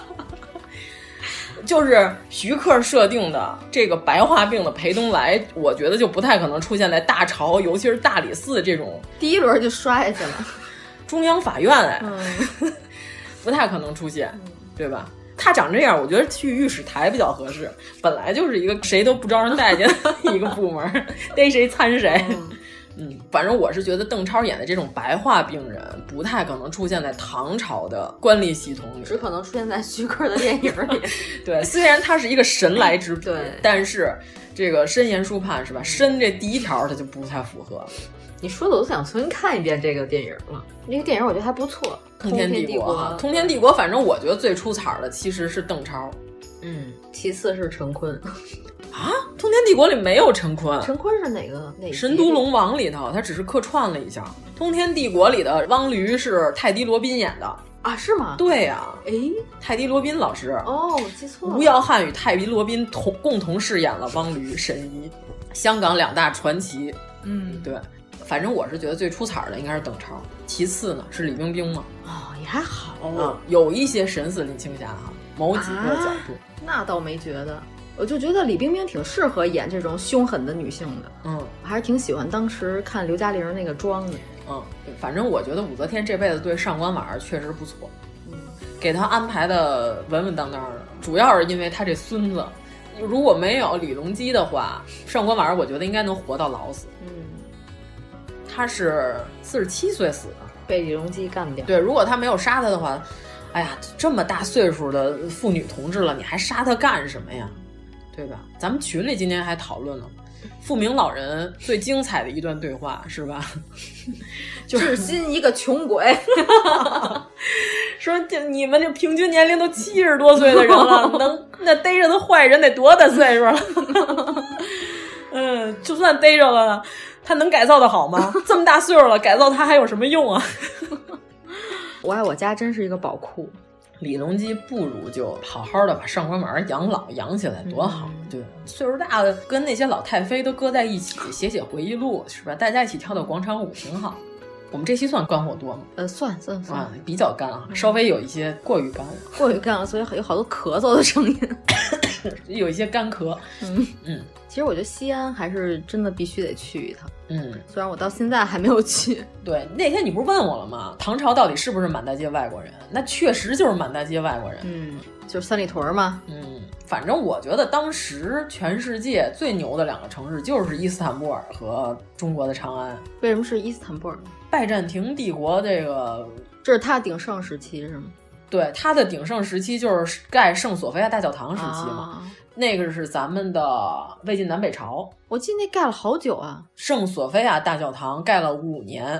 就是徐克设定的这个白化病的裴东来，我觉得就不太可能出现在大朝，尤其是大理寺这种第一轮就摔下去了。 中央法院不太可能出现，对吧？他长这样，我觉得去御史台比较合适。本来就是一个谁都不招人待见的一个部门，逮谁参谁。反正我是觉得邓超演的这种白化病人不太可能出现在唐朝的官吏系统里， 只可能出现在徐克的电影里。 对，虽然他是一个神来之笔， 对， 但是这个申言书判是吧？申这第一条他就不太符合。 你说的我都想重新看一遍这个电影了。那个电影我觉得还不错， 通天帝国。通天帝国，反正我觉得最出彩的其实是邓超， 其次是陈坤。 啊，通天帝国里没有陈坤。 陈坤是哪个？ 神都龙王里头，他只是客串了一下。通天帝国里的汪驴是泰迪罗宾演的啊？是吗？ 对呀，泰迪罗宾老师。 哦，我记错了。 吴耀汉与泰迪罗宾共同饰演了汪驴、神医，香港两大传奇。对，反正我是觉得最出彩的应该是邓超，其次呢是李冰冰嘛。 也还好有一些神似林青霞哈，某几个角度。 那倒没觉得。我就觉得李冰冰挺适合演这种凶狠的女性的，我还是挺喜欢当时看刘嘉玲那个妆的， 反正我觉得武则天这辈子对上官婉儿确实不错，给她安排的稳稳当当的，主要是因为她这孙子，如果没有李隆基的话，上官婉儿我觉得应该能活到老死。她是47岁死的， 被李隆基干掉。 对，如果他没有杀他的话，哎呀，这么大岁数的妇女同志了，你还杀他干什么呀？对吧？咱们群里今天还讨论了富明老人最精彩的一段对话，是吧？ 至今一个穷鬼， 说你们这平均年龄都70多岁的人了，那逮着的坏人得多大岁数了？就算逮着了，他能改造的好吗？这么大岁数了，改造他还有什么用啊？ 我爱我家真是一个宝库。 李隆基不如就好好的把上官婉儿养老养起来多好，对，岁数大的跟那些老太妃都搁在一起写回忆录，是吧？大家一起跳跳广场舞挺好。我们这期算干货多吗？ 算比较干啊，稍微有一些过于干了，所以有好多咳嗽的声音， 有一些干咳。 其实我觉得西安还是真的必须得去一趟。虽然我到现在还没有去。 对，那天你不是问我了吗？唐朝到底是不是满大街外国人？那确实就是满大街外国人。 就是三里屯嘛。 反正我觉得当时全世界最牛的2个城市就是伊斯坦布尔和中国的长安。 为什么是伊斯坦布尔？ 拜占庭帝国这是他鼎盛时期是吗？ 对，他的鼎盛时期就是盖圣索菲亚大教堂时期嘛。那个是咱们的魏晋南北朝， 我记得那盖了好久啊。 圣索菲亚大教堂盖了5年，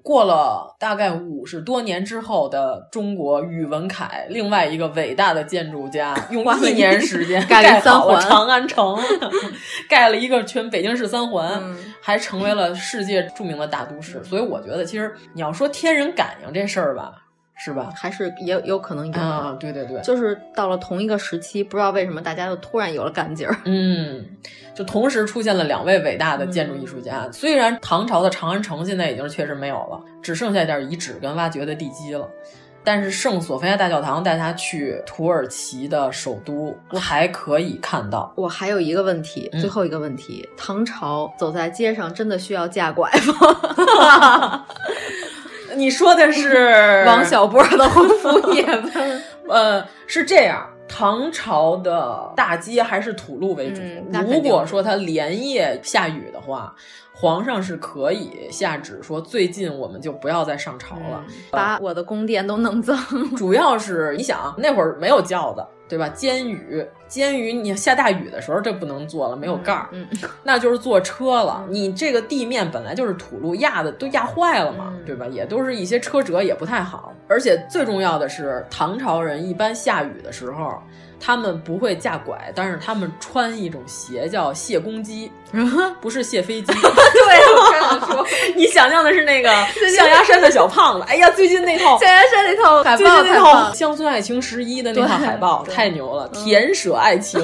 过了大概50多年之后的中国宇文恺，另外一个伟大的建筑家，用1年时间盖好了长安城，盖了一个全北京市3环，还成为了世界著名的大都市。所以我觉得，其实你要说天人感应这事儿吧，是吧？ 还是也有可能有啊？对对对， 就是到了同一个时期，不知道为什么大家就突然有了干劲儿。 就同时出现了2位伟大的建筑艺术家。虽然唐朝的长安城现在已经确实没有了，只剩下点遗址跟挖掘的地基了，但是圣索菲亚大教堂带他去土耳其的首都还可以看到。 我还有一个问题，最后一个问题，唐朝走在街上真的需要架拐吗？ 你说的是王小波的红枫叶问。 是这样，唐朝的大街还是土路为主。如果说它连夜下雨的话，皇上是可以下旨说最近我们就不要再上朝了， 把我的宫殿都弄脏。 主要是你想那会儿没有轿子，对吧？监狱你下大雨的时候这不能坐了，没有盖儿，那就是坐车了。你这个地面本来就是土路，压的都压坏了嘛，对吧？也都是一些车辙也不太好。而且最重要的是，唐朝人一般下雨的时候他们不会架拐，但是他们穿一种鞋叫卸公屐，不是卸飞机。 对，我刚才说， 你想象的是那个象牙山的小胖子。哎呀，最近那套象牙山那套海报， 最近那套乡村爱情11的那套海报太牛了，田舍爱情。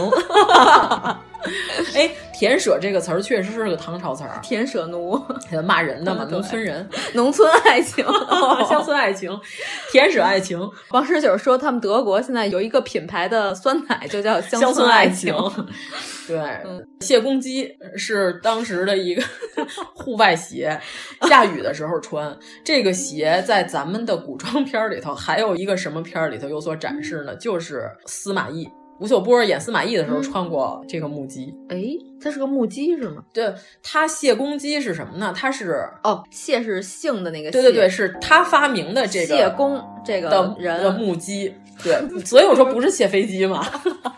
哎，田舍这个词儿确实是个唐朝词儿， 田舍奴， 骂人的嘛，农村人， 农村爱情， 乡村爱情，田舍爱情。 王19说他们德国现在有一个品牌的酸奶就叫乡村爱情。对，卸公屐是当时的一个户外鞋，下雨的时候穿。这个鞋在咱们的古装片里头还有一个什么片里头有所展示呢？就是司马懿。吴秀波演司马懿的时候穿过这个木屐。 它是个木屐是吗？ 对，他卸公屐是什么呢？他是谢是姓的那个谢，对，是他发明的这个谢公这个人的木屐。对，所以我说不是卸飞机嘛。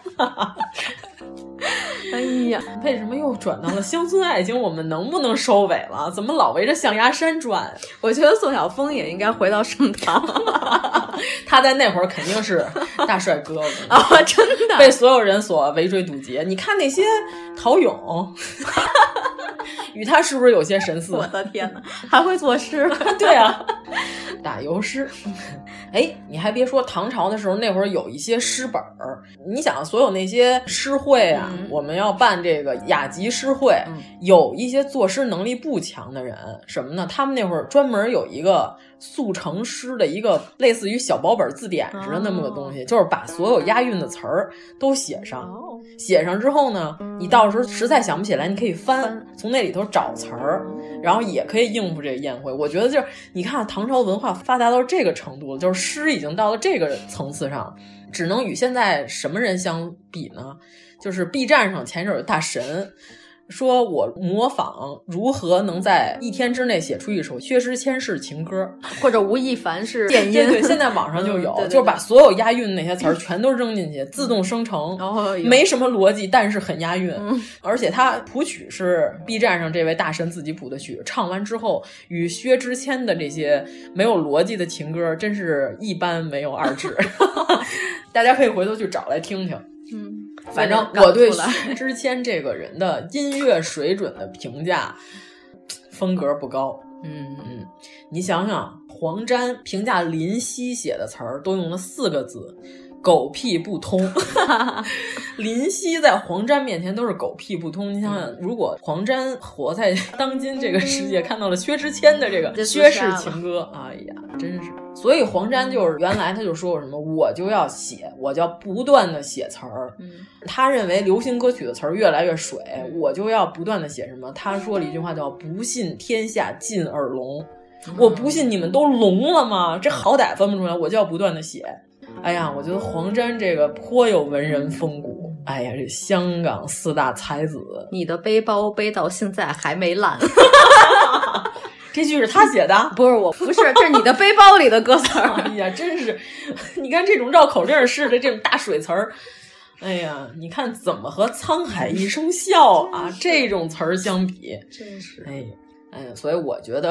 哎呀，为什么又转到了乡村爱情？我们能不能收尾了？怎么老围着象牙山转？ 我觉得宋晓峰也应该回到盛唐。 他在那会儿肯定是大帅哥真的被所有人所围追堵截。你看那些陶俑，与他是不是有些神似？ 我的天哪，还会作诗？ 对啊，打油诗。哎，你还别说，唐朝的时候那会儿有一些诗本儿。你想，所有那些诗会啊，我们要办这个雅集诗会，有一些作诗能力不强的人，什么呢？他们那会儿专门有一个速成诗的一个类似于小宝本字典似的那么个东西，就是把所有押韵的词儿都写上。写上之后呢，你到时候实在想不起来，你可以翻，从那里头找词儿，然后也可以应付这个宴会。我觉得就是你看唐朝文化发达到这个程度了，就是诗已经到了这个层次上，只能与现在什么人相比呢？就是 B 站上前一阵有大神说，我模仿如何能在1天之内写出一首薛之谦式情歌， 或者吴亦凡式电音。 对，现在网上就有，就是把所有押韵那些词儿全都扔进去，自动生成，没什么逻辑，但是很押韵。而且他谱曲是 B 站上这位大神自己谱的曲，唱完之后与薛之谦的这些没有逻辑的情歌真是一般没有二致。大家可以回头去找来听听。反正我对薛之谦这个人的音乐水准的评价，风格不高。你想想，黄沾评价林夕写的词儿都用了4个字，狗屁不通。林夕在黄沾面前都是狗屁不通。你想想，如果黄沾活在当今这个世界，看到了薛之谦的这个薛氏情歌，哎呀，真是。所以黄沾就是原来他就说什么，我就要写，我就要不断的写词儿。他认为流行歌曲的词儿越来越水，我就要不断的写什么。他说了一句话叫不信天下尽耳聋，我不信你们都聋了吗？这好歹分不出来，我就要不断的写。哎呀，我觉得黄沾这个颇有文人风骨。哎呀，这香港4大才子， 你的背包背到现在还没烂。 这句是他写的？ 不是，我不是，这是你的背包里的歌词儿。 哎呀，真是，你看这种绕口令式的这种大水词儿，哎呀，你看怎么和沧海一声笑啊这种词儿相比？ 真是， 哎，所以我觉得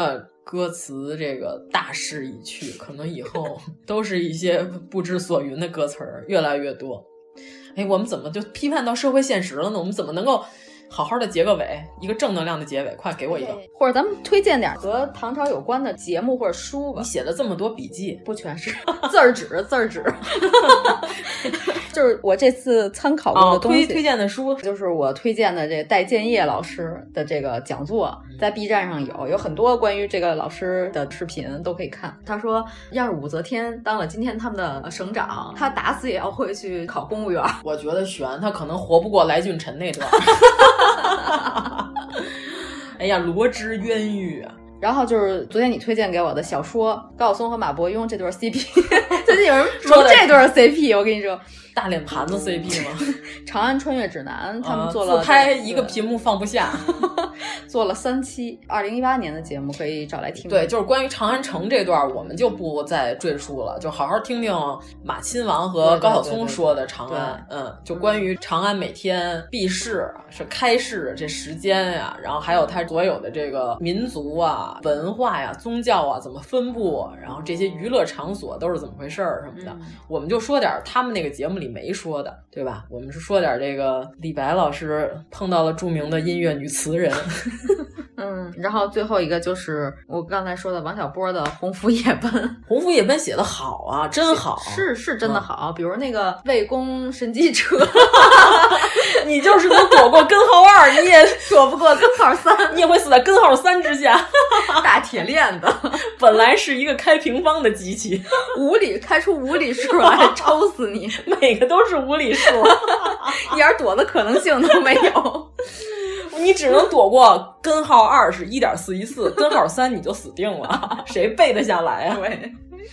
歌词这个大势已去，可能以后都是一些不知所云的歌词儿越来越多。哎，我们怎么就批判到社会现实了呢？我们怎么能够好好的结个尾，一个正能量的结尾？快给我一个， 或者咱们推荐点和唐朝有关的节目或者书吧。 你写了这么多笔记， 不全是字儿纸，就是我这次参考过的东西。 推荐的书就是我推荐的这个戴建业老师的这个讲座，在 B 站上有很多关于这个老师的视频都可以看。他说，要是武则天当了今天他们的省长，他打死也要回去考公务员。 我觉得悬，他可能活不过来俊臣那段。哎呀，罗织冤狱啊！ 然后就是昨天你推荐给我的小说高晓松和马伯庸这对 CP， 最近有人说这对 CP， 我跟你说， 大脸盘子 CP 吗？ 长安穿越指南他们做了自拍一个屏幕放不下， 做了3期，2018年的节目可以找来听。 对，就是关于长安城这段，我们就不再赘述了，就好好听听马亲王和高晓松说的长安。就关于长安每天闭市是开市这时间呀，然后还有它所有的这个民族啊、文化呀、宗教啊怎么分布，然后这些娱乐场所都是怎么回事什么的，我们就说点他们那个节目里没说的，对吧？我们是说点这个李白老师碰到了著名的音乐女词人。 然后最后一个就是我刚才说的王小波的《鸿福夜奔》。 鸿福夜奔写得好啊，真好， 是真的好。比如那个魏公神机车， 你就是能躲过根号2，你也躲不过根号3， 你也会死在根号3之下。 大铁链子本来是一个开平方的机器开出无理数来抽死你， 每个都是无理数， 一点躲的可能性都没有。 你只能躲过根号2是1.414，根号3你就死定了，谁背得下来啊？ 对，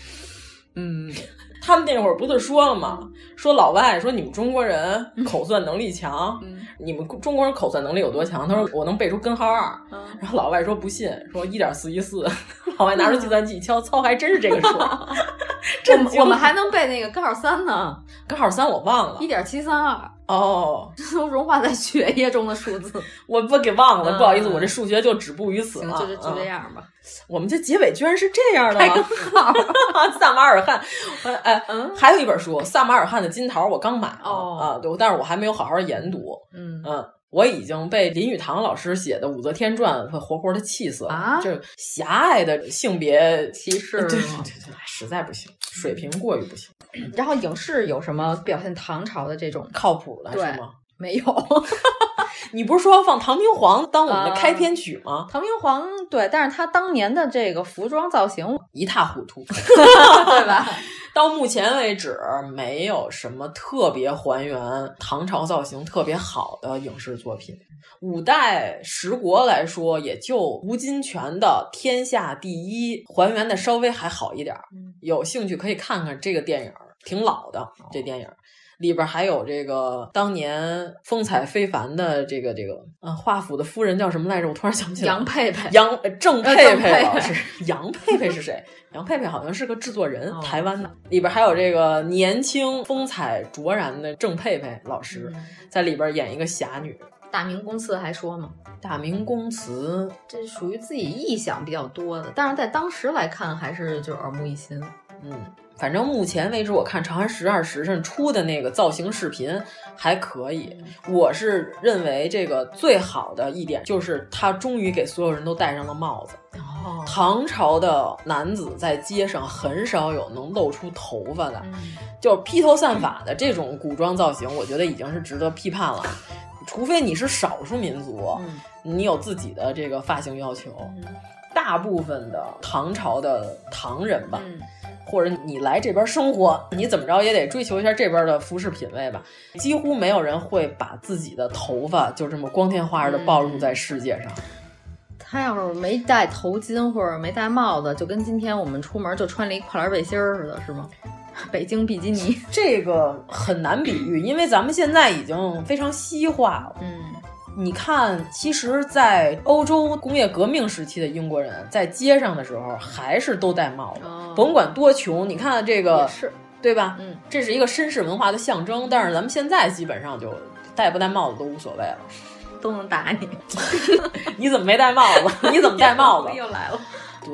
他们那会儿不是说了吗？说老外说你们中国人口算能力强，你们中国人口算能力有多强？他说我能背出根号2，然后老外说不信，说1.414，老外拿出计算器一敲，操，还真是这个数。 我们还能背那个根号3呢， 根号3我忘了 ，1.732。 哦， 这都融化在血液中的数字， 我给忘了，不好意思，我这数学就止步于此了。 就这样吧。 我们这结尾居然是这样的吗？萨马尔汗，还有一本书，萨马尔汗的金桃，我刚买了对，但是我还没有好好研读。我已经被林语堂老师写的《武则天传》活活的气死了就是狭隘的性别歧视， 对，实在不行，水平过于不行。 然后影视有什么表现唐朝的这种靠谱的是吗？ 没有。 你不是说要放唐明皇当我们的开篇曲吗？ 唐明皇对，但是他当年的这个服装造型一塌糊涂， 对吧？ 到目前为止，没有什么特别还原唐朝造型特别好的影视作品。五代十国来说，也就吴金泉的《天下第一》还原的稍微还好一点。有兴趣可以看看这个电影，挺老的这电影。里边还有这个当年风采非凡的这个华府的夫人叫什么来着？我突然想不起来。 杨佩佩， 郑佩佩老师。杨佩佩是谁？杨佩佩好像是个制作人，台湾的。里边还有这个年轻风采卓然的郑佩佩老师，在里边演一个侠女。 大明宫词还说吗？ 大明宫词这属于自己臆想比较多的，但是在当时来看还是就耳目一新。 反正目前为止，我看长安12时辰出的那个造型视频还可以。我是认为这个最好的一点就是他终于给所有人都戴上了帽子。唐朝的男子在街上很少有能露出头发的，就是披头散发的这种古装造型，我觉得已经是值得批判了。除非你是少数民族，你有自己的这个发型要求。大部分的唐朝的唐人吧，或者你来这边生活，你怎么着也得追求一下这边的服饰品味吧。几乎没有人会把自己的头发就这么光天化日的暴露在世界上。 他要是没戴头巾或者没戴帽子，就跟今天我们出门就穿了一跨栏背心似的，是吗？北京比基尼这个很难比喻，因为咱们现在已经非常西化了。你看，其实在欧洲工业革命时期的英国人在街上的时候还是都戴帽子，甭管多穷。你看这个是对吧？这是一个绅士文化的象征，但是咱们现在基本上就戴不戴帽子都无所谓了， 都能打你。 你怎么没戴帽子？你怎么戴帽子？ 又来了。 对，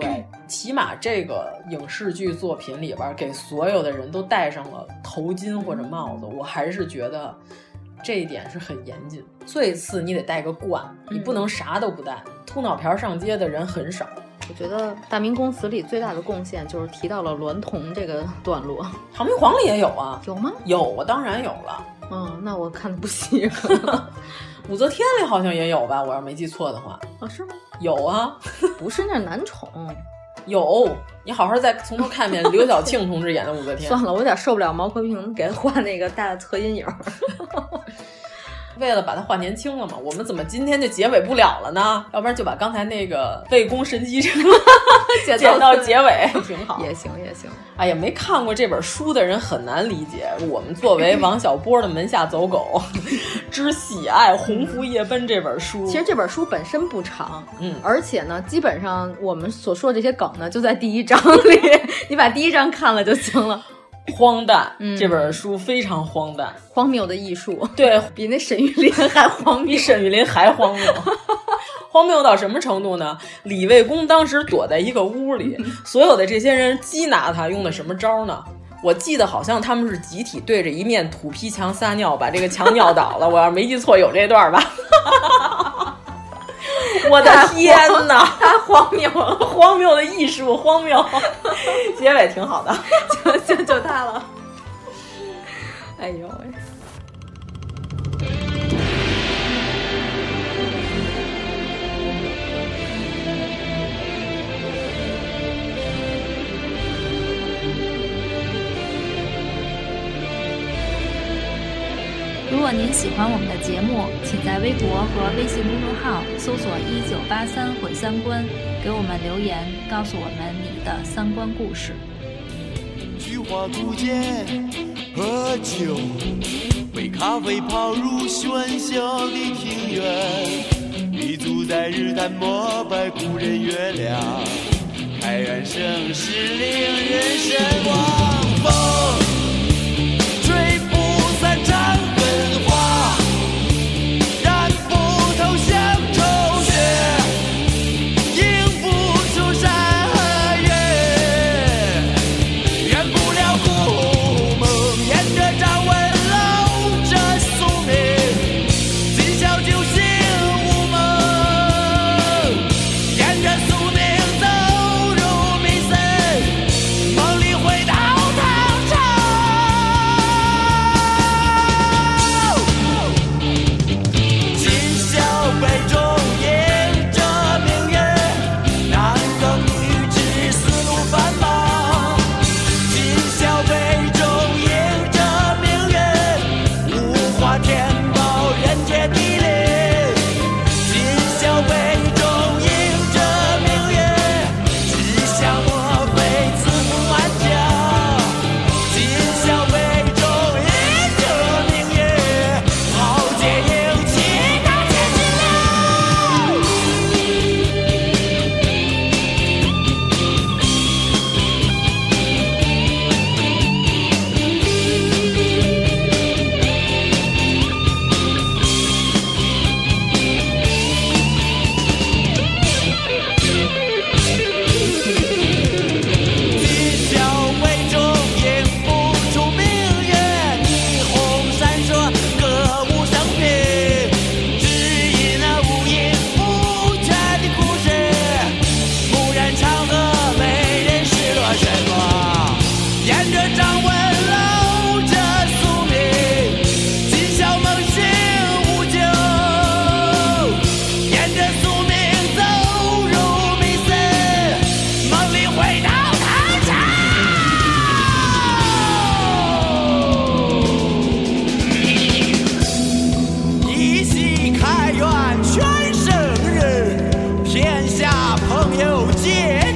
起码这个影视剧作品里边给所有的人都戴上了头巾或者帽子，我还是觉得这一点是很严谨。最次你得戴个冠，你不能啥都不戴。秃脑瓢上街的人很少。 我觉得《大明宫词》里最大的贡献就是提到了娈童这个段落，《 唐明皇》里也有啊。 有吗？ 有啊，当然有了。 那我看的不细。 武则天里好像也有吧，我要没记错的话。 是吗？ 有啊。 不是，那是男宠。 有，你好好再从头看一遍刘晓庆同志演的武则天。 算了，我有点受不了毛和平给他画那个大侧阴影。 为了把它画年轻了嘛，我们怎么今天就结尾不了了呢？要不然就把刚才那个魏公神机剪到结尾，挺好。 也行也行。 哎呀，没看过这本书的人很难理解，我们作为王小波的门下走狗，之喜爱《鸿福夜奔》这本书。 其实这本书本身不长，而且呢，基本上我们所说的这些梗呢，就在第一章里，你把第一章看了就行了。 荒诞，这本书非常荒诞， 荒谬的艺术， 对， 比那沈玉琳还荒谬， 比沈玉琳还荒谬。荒谬到什么程度呢？李卫公当时躲在一个屋里，所有的这些人缉拿他用的什么招呢？我记得好像他们是集体对着一面土坯墙撒尿，把这个墙尿倒了。我要是没记错，有这段吧？我的天哪， 太荒谬了！ 荒谬的艺术，荒谬。结尾挺好的， 就他了。哎呦喂！ 如果您喜欢我们的节目，请在微博和微信公众号搜索1983毁三观，给我们留言，告诉我们你的三观故事。 菊花古剑喝酒，杯咖啡泡入喧嚣的庭院，立足在日坛膜拜古人月亮，开元盛世令人神往。风吹不散长根花，染不透乡愁血，映不出山河月，圆不了故梦，沿着张文楼这宿命，今宵酒醒无梦，沿着宿命走入迷森，梦里回到唐朝。天下朋友见。